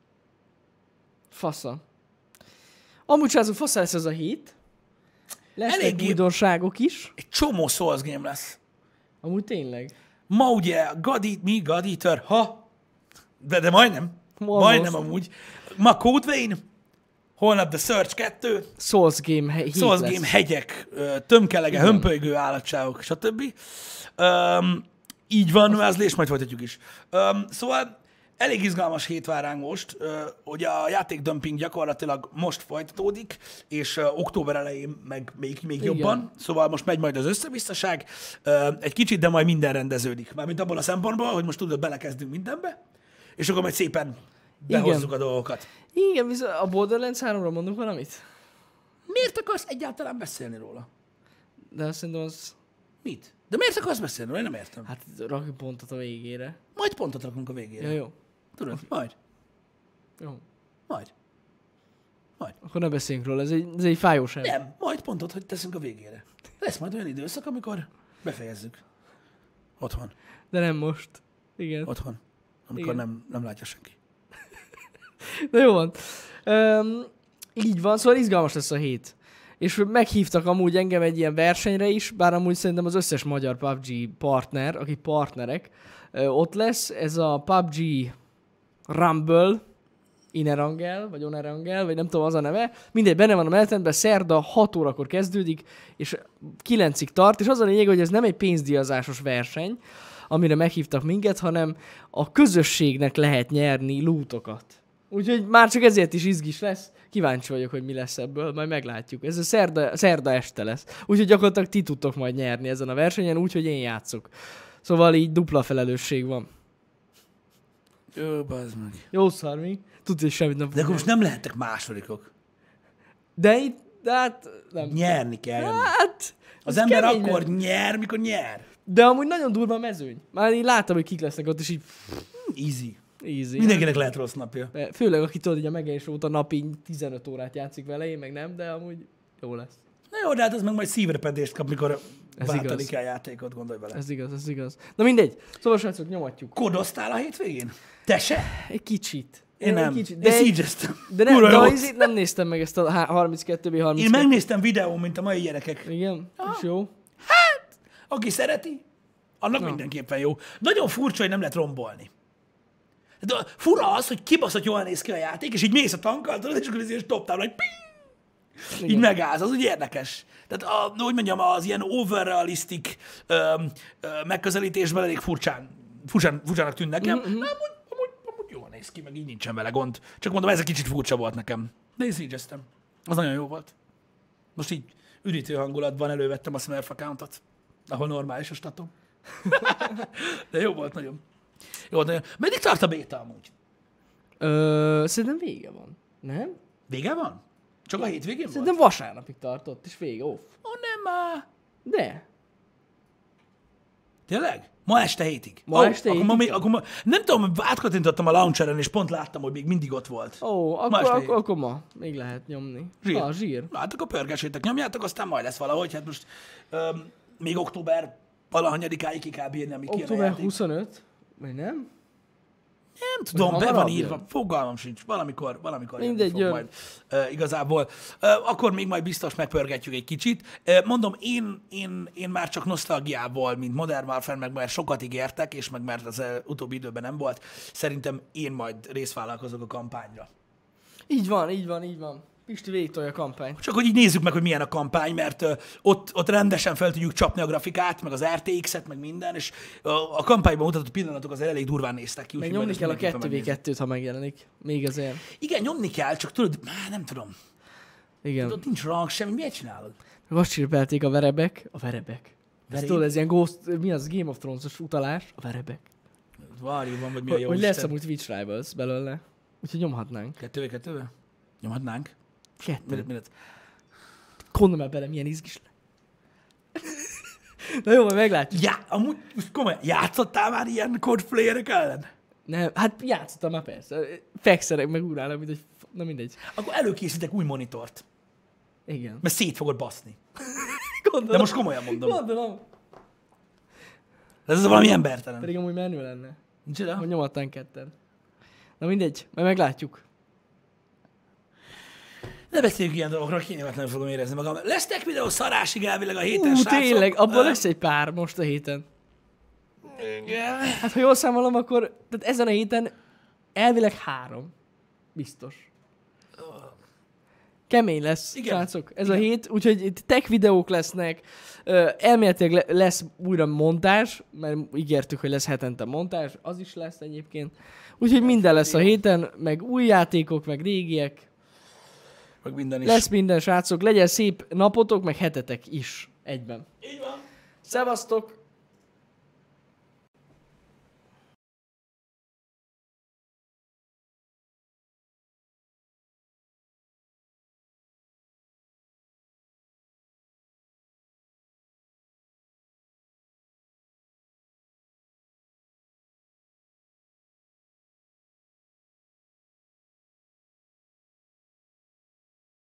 Fasza. Amúgy srácok, fasza lesz ez a hét. Lesznek Eléggé... újdonságok is. Egy csomó Souls game lesz. Amúgy tényleg. Ma ugye God Eat, mi God Eater, ha? De, de majdnem. Ma majdnem most. amúgy. Ma Code Vein, holnap The Search kettő, Souls Game hét Souls lesz. Game hegyek, tömkelege, Igen. hömpölygő állatságok, stb. Um, így van, mázlés, majd folytatjuk is. Um, szóval elég izgalmas hét vár ránk most, uh, hogy a játékdömping gyakorlatilag most folytatódik, és uh, október elején meg még, még jobban, szóval most megy majd az összebiztoság, uh, egy kicsit, de majd minden rendeződik. Mármint abból a szempontból, hogy most tudod, belekezdünk mindenbe, és akkor majd szépen behozzuk Igen. a dolgokat. Igen, viszont a Borderlands háromra mondunk valamit? Miért akarsz egyáltalán beszélni róla? De azt szerintem az... Mit? De miért akarsz beszélni róla? Én nem értem. Hát rakjuk pontot a végére. Majd pontot rakunk a végére. Ja, jó. Tudod, majd. Jó. Majd. Majd. Akkor ne beszéljünk róla, ez egy, ez egy fájó sem. Nem, majd pontot, hogy teszünk a végére. Lesz majd olyan időszak, amikor befejezzük. Otthon. De nem most. Igen. Otthon. Amikor Igen. nem, nem látja senki. Na jó van. Um, így van, szóval izgalmas lesz a hét. És meghívtak amúgy engem egy ilyen versenyre is, bár amúgy szerintem az összes magyar pé u bé gé partner, akik partnerek, ott lesz. Ez a pé u bé gé Rumble, Inerangel, vagy Onerangel, vagy nem tudom az a neve. Mindegy, benne van a menetben, szerda hat órakor kezdődik, és kilencig tart, és az a lényeg, hogy ez nem egy pénzdíjazásos verseny, amire meghívtak minket, hanem a közösségnek lehet nyerni lootokat. Úgyhogy már csak ezért is izgis lesz. Kíváncsi vagyok, hogy mi lesz ebből, majd meglátjuk. Ez a szerda, szerda este lesz. Úgyhogy gyakorlatilag ti tudtok majd nyerni ezen a versenyen, úgyhogy én játszok. Szóval így dupla felelősség van. Jó, bazd meg. Jó szar, mi? tudja, hogy semmit nem De fog akkor most nyerni. nem lehettek másodikok. De itt, de hát nem. Nyerni kell. Jani. Hát, Az ez ember kemény akkor nem. nyer, mikor nyer. De amúgy nagyon durva a mezőny. Már én láttam, hogy kik lesznek ott, és így Easy. easy. Mindenkinek lehet rossz napja. Főleg, aki tudod, hogy a megjelenés óta napi tizenöt órát játszik vele, én meg nem, de amúgy jó lesz. Na jó, de hát az meg majd szívrepedést kap, mikor Ez váltani igaz. kell játékot, gondolj bele. Ez igaz, ez igaz. Na mindegy. Szóval srácok, nyomatjuk. Kódoztál a hétvégén? Te se? Egy kicsit. Én nem. Egy kicsit. Én De, egy, siege-eztem. de, nem, Kurva de jó. azért nem néztem meg ezt a harminckettő Én harminckettő. megnéztem videón, mint a mai gyerekek. Igen, és jó. Aki szereti, annak Na. mindenképpen jó. Nagyon furcsa, hogy nem lehet rombolni. De fura az, hogy kibaszott jól néz ki a játék, és így mész a tankkal, tudod, és akkor ez ilyen stop down, hogy ping! Így Igen. megállsz, az úgy érdekes. Tehát, a, úgy mondjam, az ilyen overrealistic ö, ö, megközelítésben elég furcsán, furcsán, furcsának tűn nekem. Mm-hmm. De amúgy, amúgy, amúgy jól néz ki, meg így nincsen vele gond. Csak mondom, ez egy kicsit furcsa volt nekem. De én siege-eztem. Az nagyon jó volt. Most így üdítő hangulatban elővettem a Smurf accountot, ahol normális a statom. De jó volt nagyon. Jó volt nagyon. Meddig tart a béta amúgy? Ö, szerintem vége van. Nem? Vége van? Csak a hétvégén volt? Szerintem vasárnapig tartott, és vége, off. Ó, nem már. De. Tényleg? Ma este hétig? Ma Ó, este akkor ma hétig? még, akkor ma, nem tudom, átkattintottam a launcheren, és pont láttam, hogy még mindig ott volt. Ó, Ma akkor, este akkor, hétig. akkor ma még lehet nyomni. Zsír. Ah, zsír. Na, hát akkor pörgessétek, nyomjátok, aztán majd lesz valahogy. Hát most öm, még október valahanyadikáig ki kell bírni, amíg kijön a Október játék. huszonöt, vagy nem? Nem tudom, Vagy be van hamarabb írva, jön? fogalmam sincs, valamikor, valamikor jönni Mindegy, fog jön. majd uh, igazából. Uh, akkor még majd biztos megpörgetjük egy kicsit. Uh, mondom, én, én, én már csak nosztalgiából, mint Modern Warfare, meg mert sokat ígértek, és meg mert az uh, utóbbi időben nem volt, szerintem én majd részvállalkozok a kampányra. Így van, így van, így van. Pisti végigtolja a kampányt. Csak hogy így nézzük meg, hogy milyen a kampány, mert uh, ott, ott rendesen fel tudjuk csapni a grafikát, meg az er té iksz-et, meg minden, és uh, a kampányban mutatott pillanatok azért elég durván néztek ki. Meg úgyhogy nyomni majd ezt kell a mindenképpen kettő vé kettőt, ha megjelenik. Még azért. Igen, nyomni kell, csak tudod, már nem tudom. Igen. Ott nincs rang, semmi, miért csinálod? Meg azt csirpelték a verebek. A verebek. Ez Veréb? tudod, ez ilyen Ghost, mi az, Game of Thrones-os utalás? A verebek. Várj, van, vagy mi a Hogy, jó hogy lesz Isten? amúgy Twitch Rivals belőle. Úgyhogy nyomhatnánk. Kettővé, kettővé? Nyomhatnánk? Kettő. Mindet, mindet. Gondolom el bele, milyen izgis le. Na jó, majd meglátjuk. Já, amúgy, most komolyan, játszottál már ilyen codeplayerek ellen? Nem, hát játszottam már persze. Fekszerek meg urálnak, mint egy... Na mindegy. Akkor előkészítek új monitort, Igen. mert szét fogod baszni. Gondolom. De most komolyan mondom. Gondolom. Ez valami embertelen. Pedig amúgy menő lenne. Nincs ide? Hogy nyomatnánk ketten. Na mindegy, majd meglátjuk. Ne beszéljük ilyen dolgokról, kényelmetlenül fogom érezni magam. Lesz tech videó szarásig elvileg a héten, Ú, srácok. tényleg, abból Ö, lesz egy pár most a héten. igen. Hát ha jól számolom, akkor tehát ezen a héten elvileg három. Biztos. Kemény lesz, Igen. srácok, ez Igen. a hét, úgyhogy itt tech videók lesznek, ö, elméletileg le- lesz újra montázs, mert ígértük, hogy lesz hetente montázs, az is lesz egyébként. Úgyhogy minden lesz a héten, meg új játékok, meg régiek, Meg minden is. lesz minden, srácok, legyen szép napotok, meg hetetek is egyben. Így van. Szevasztok!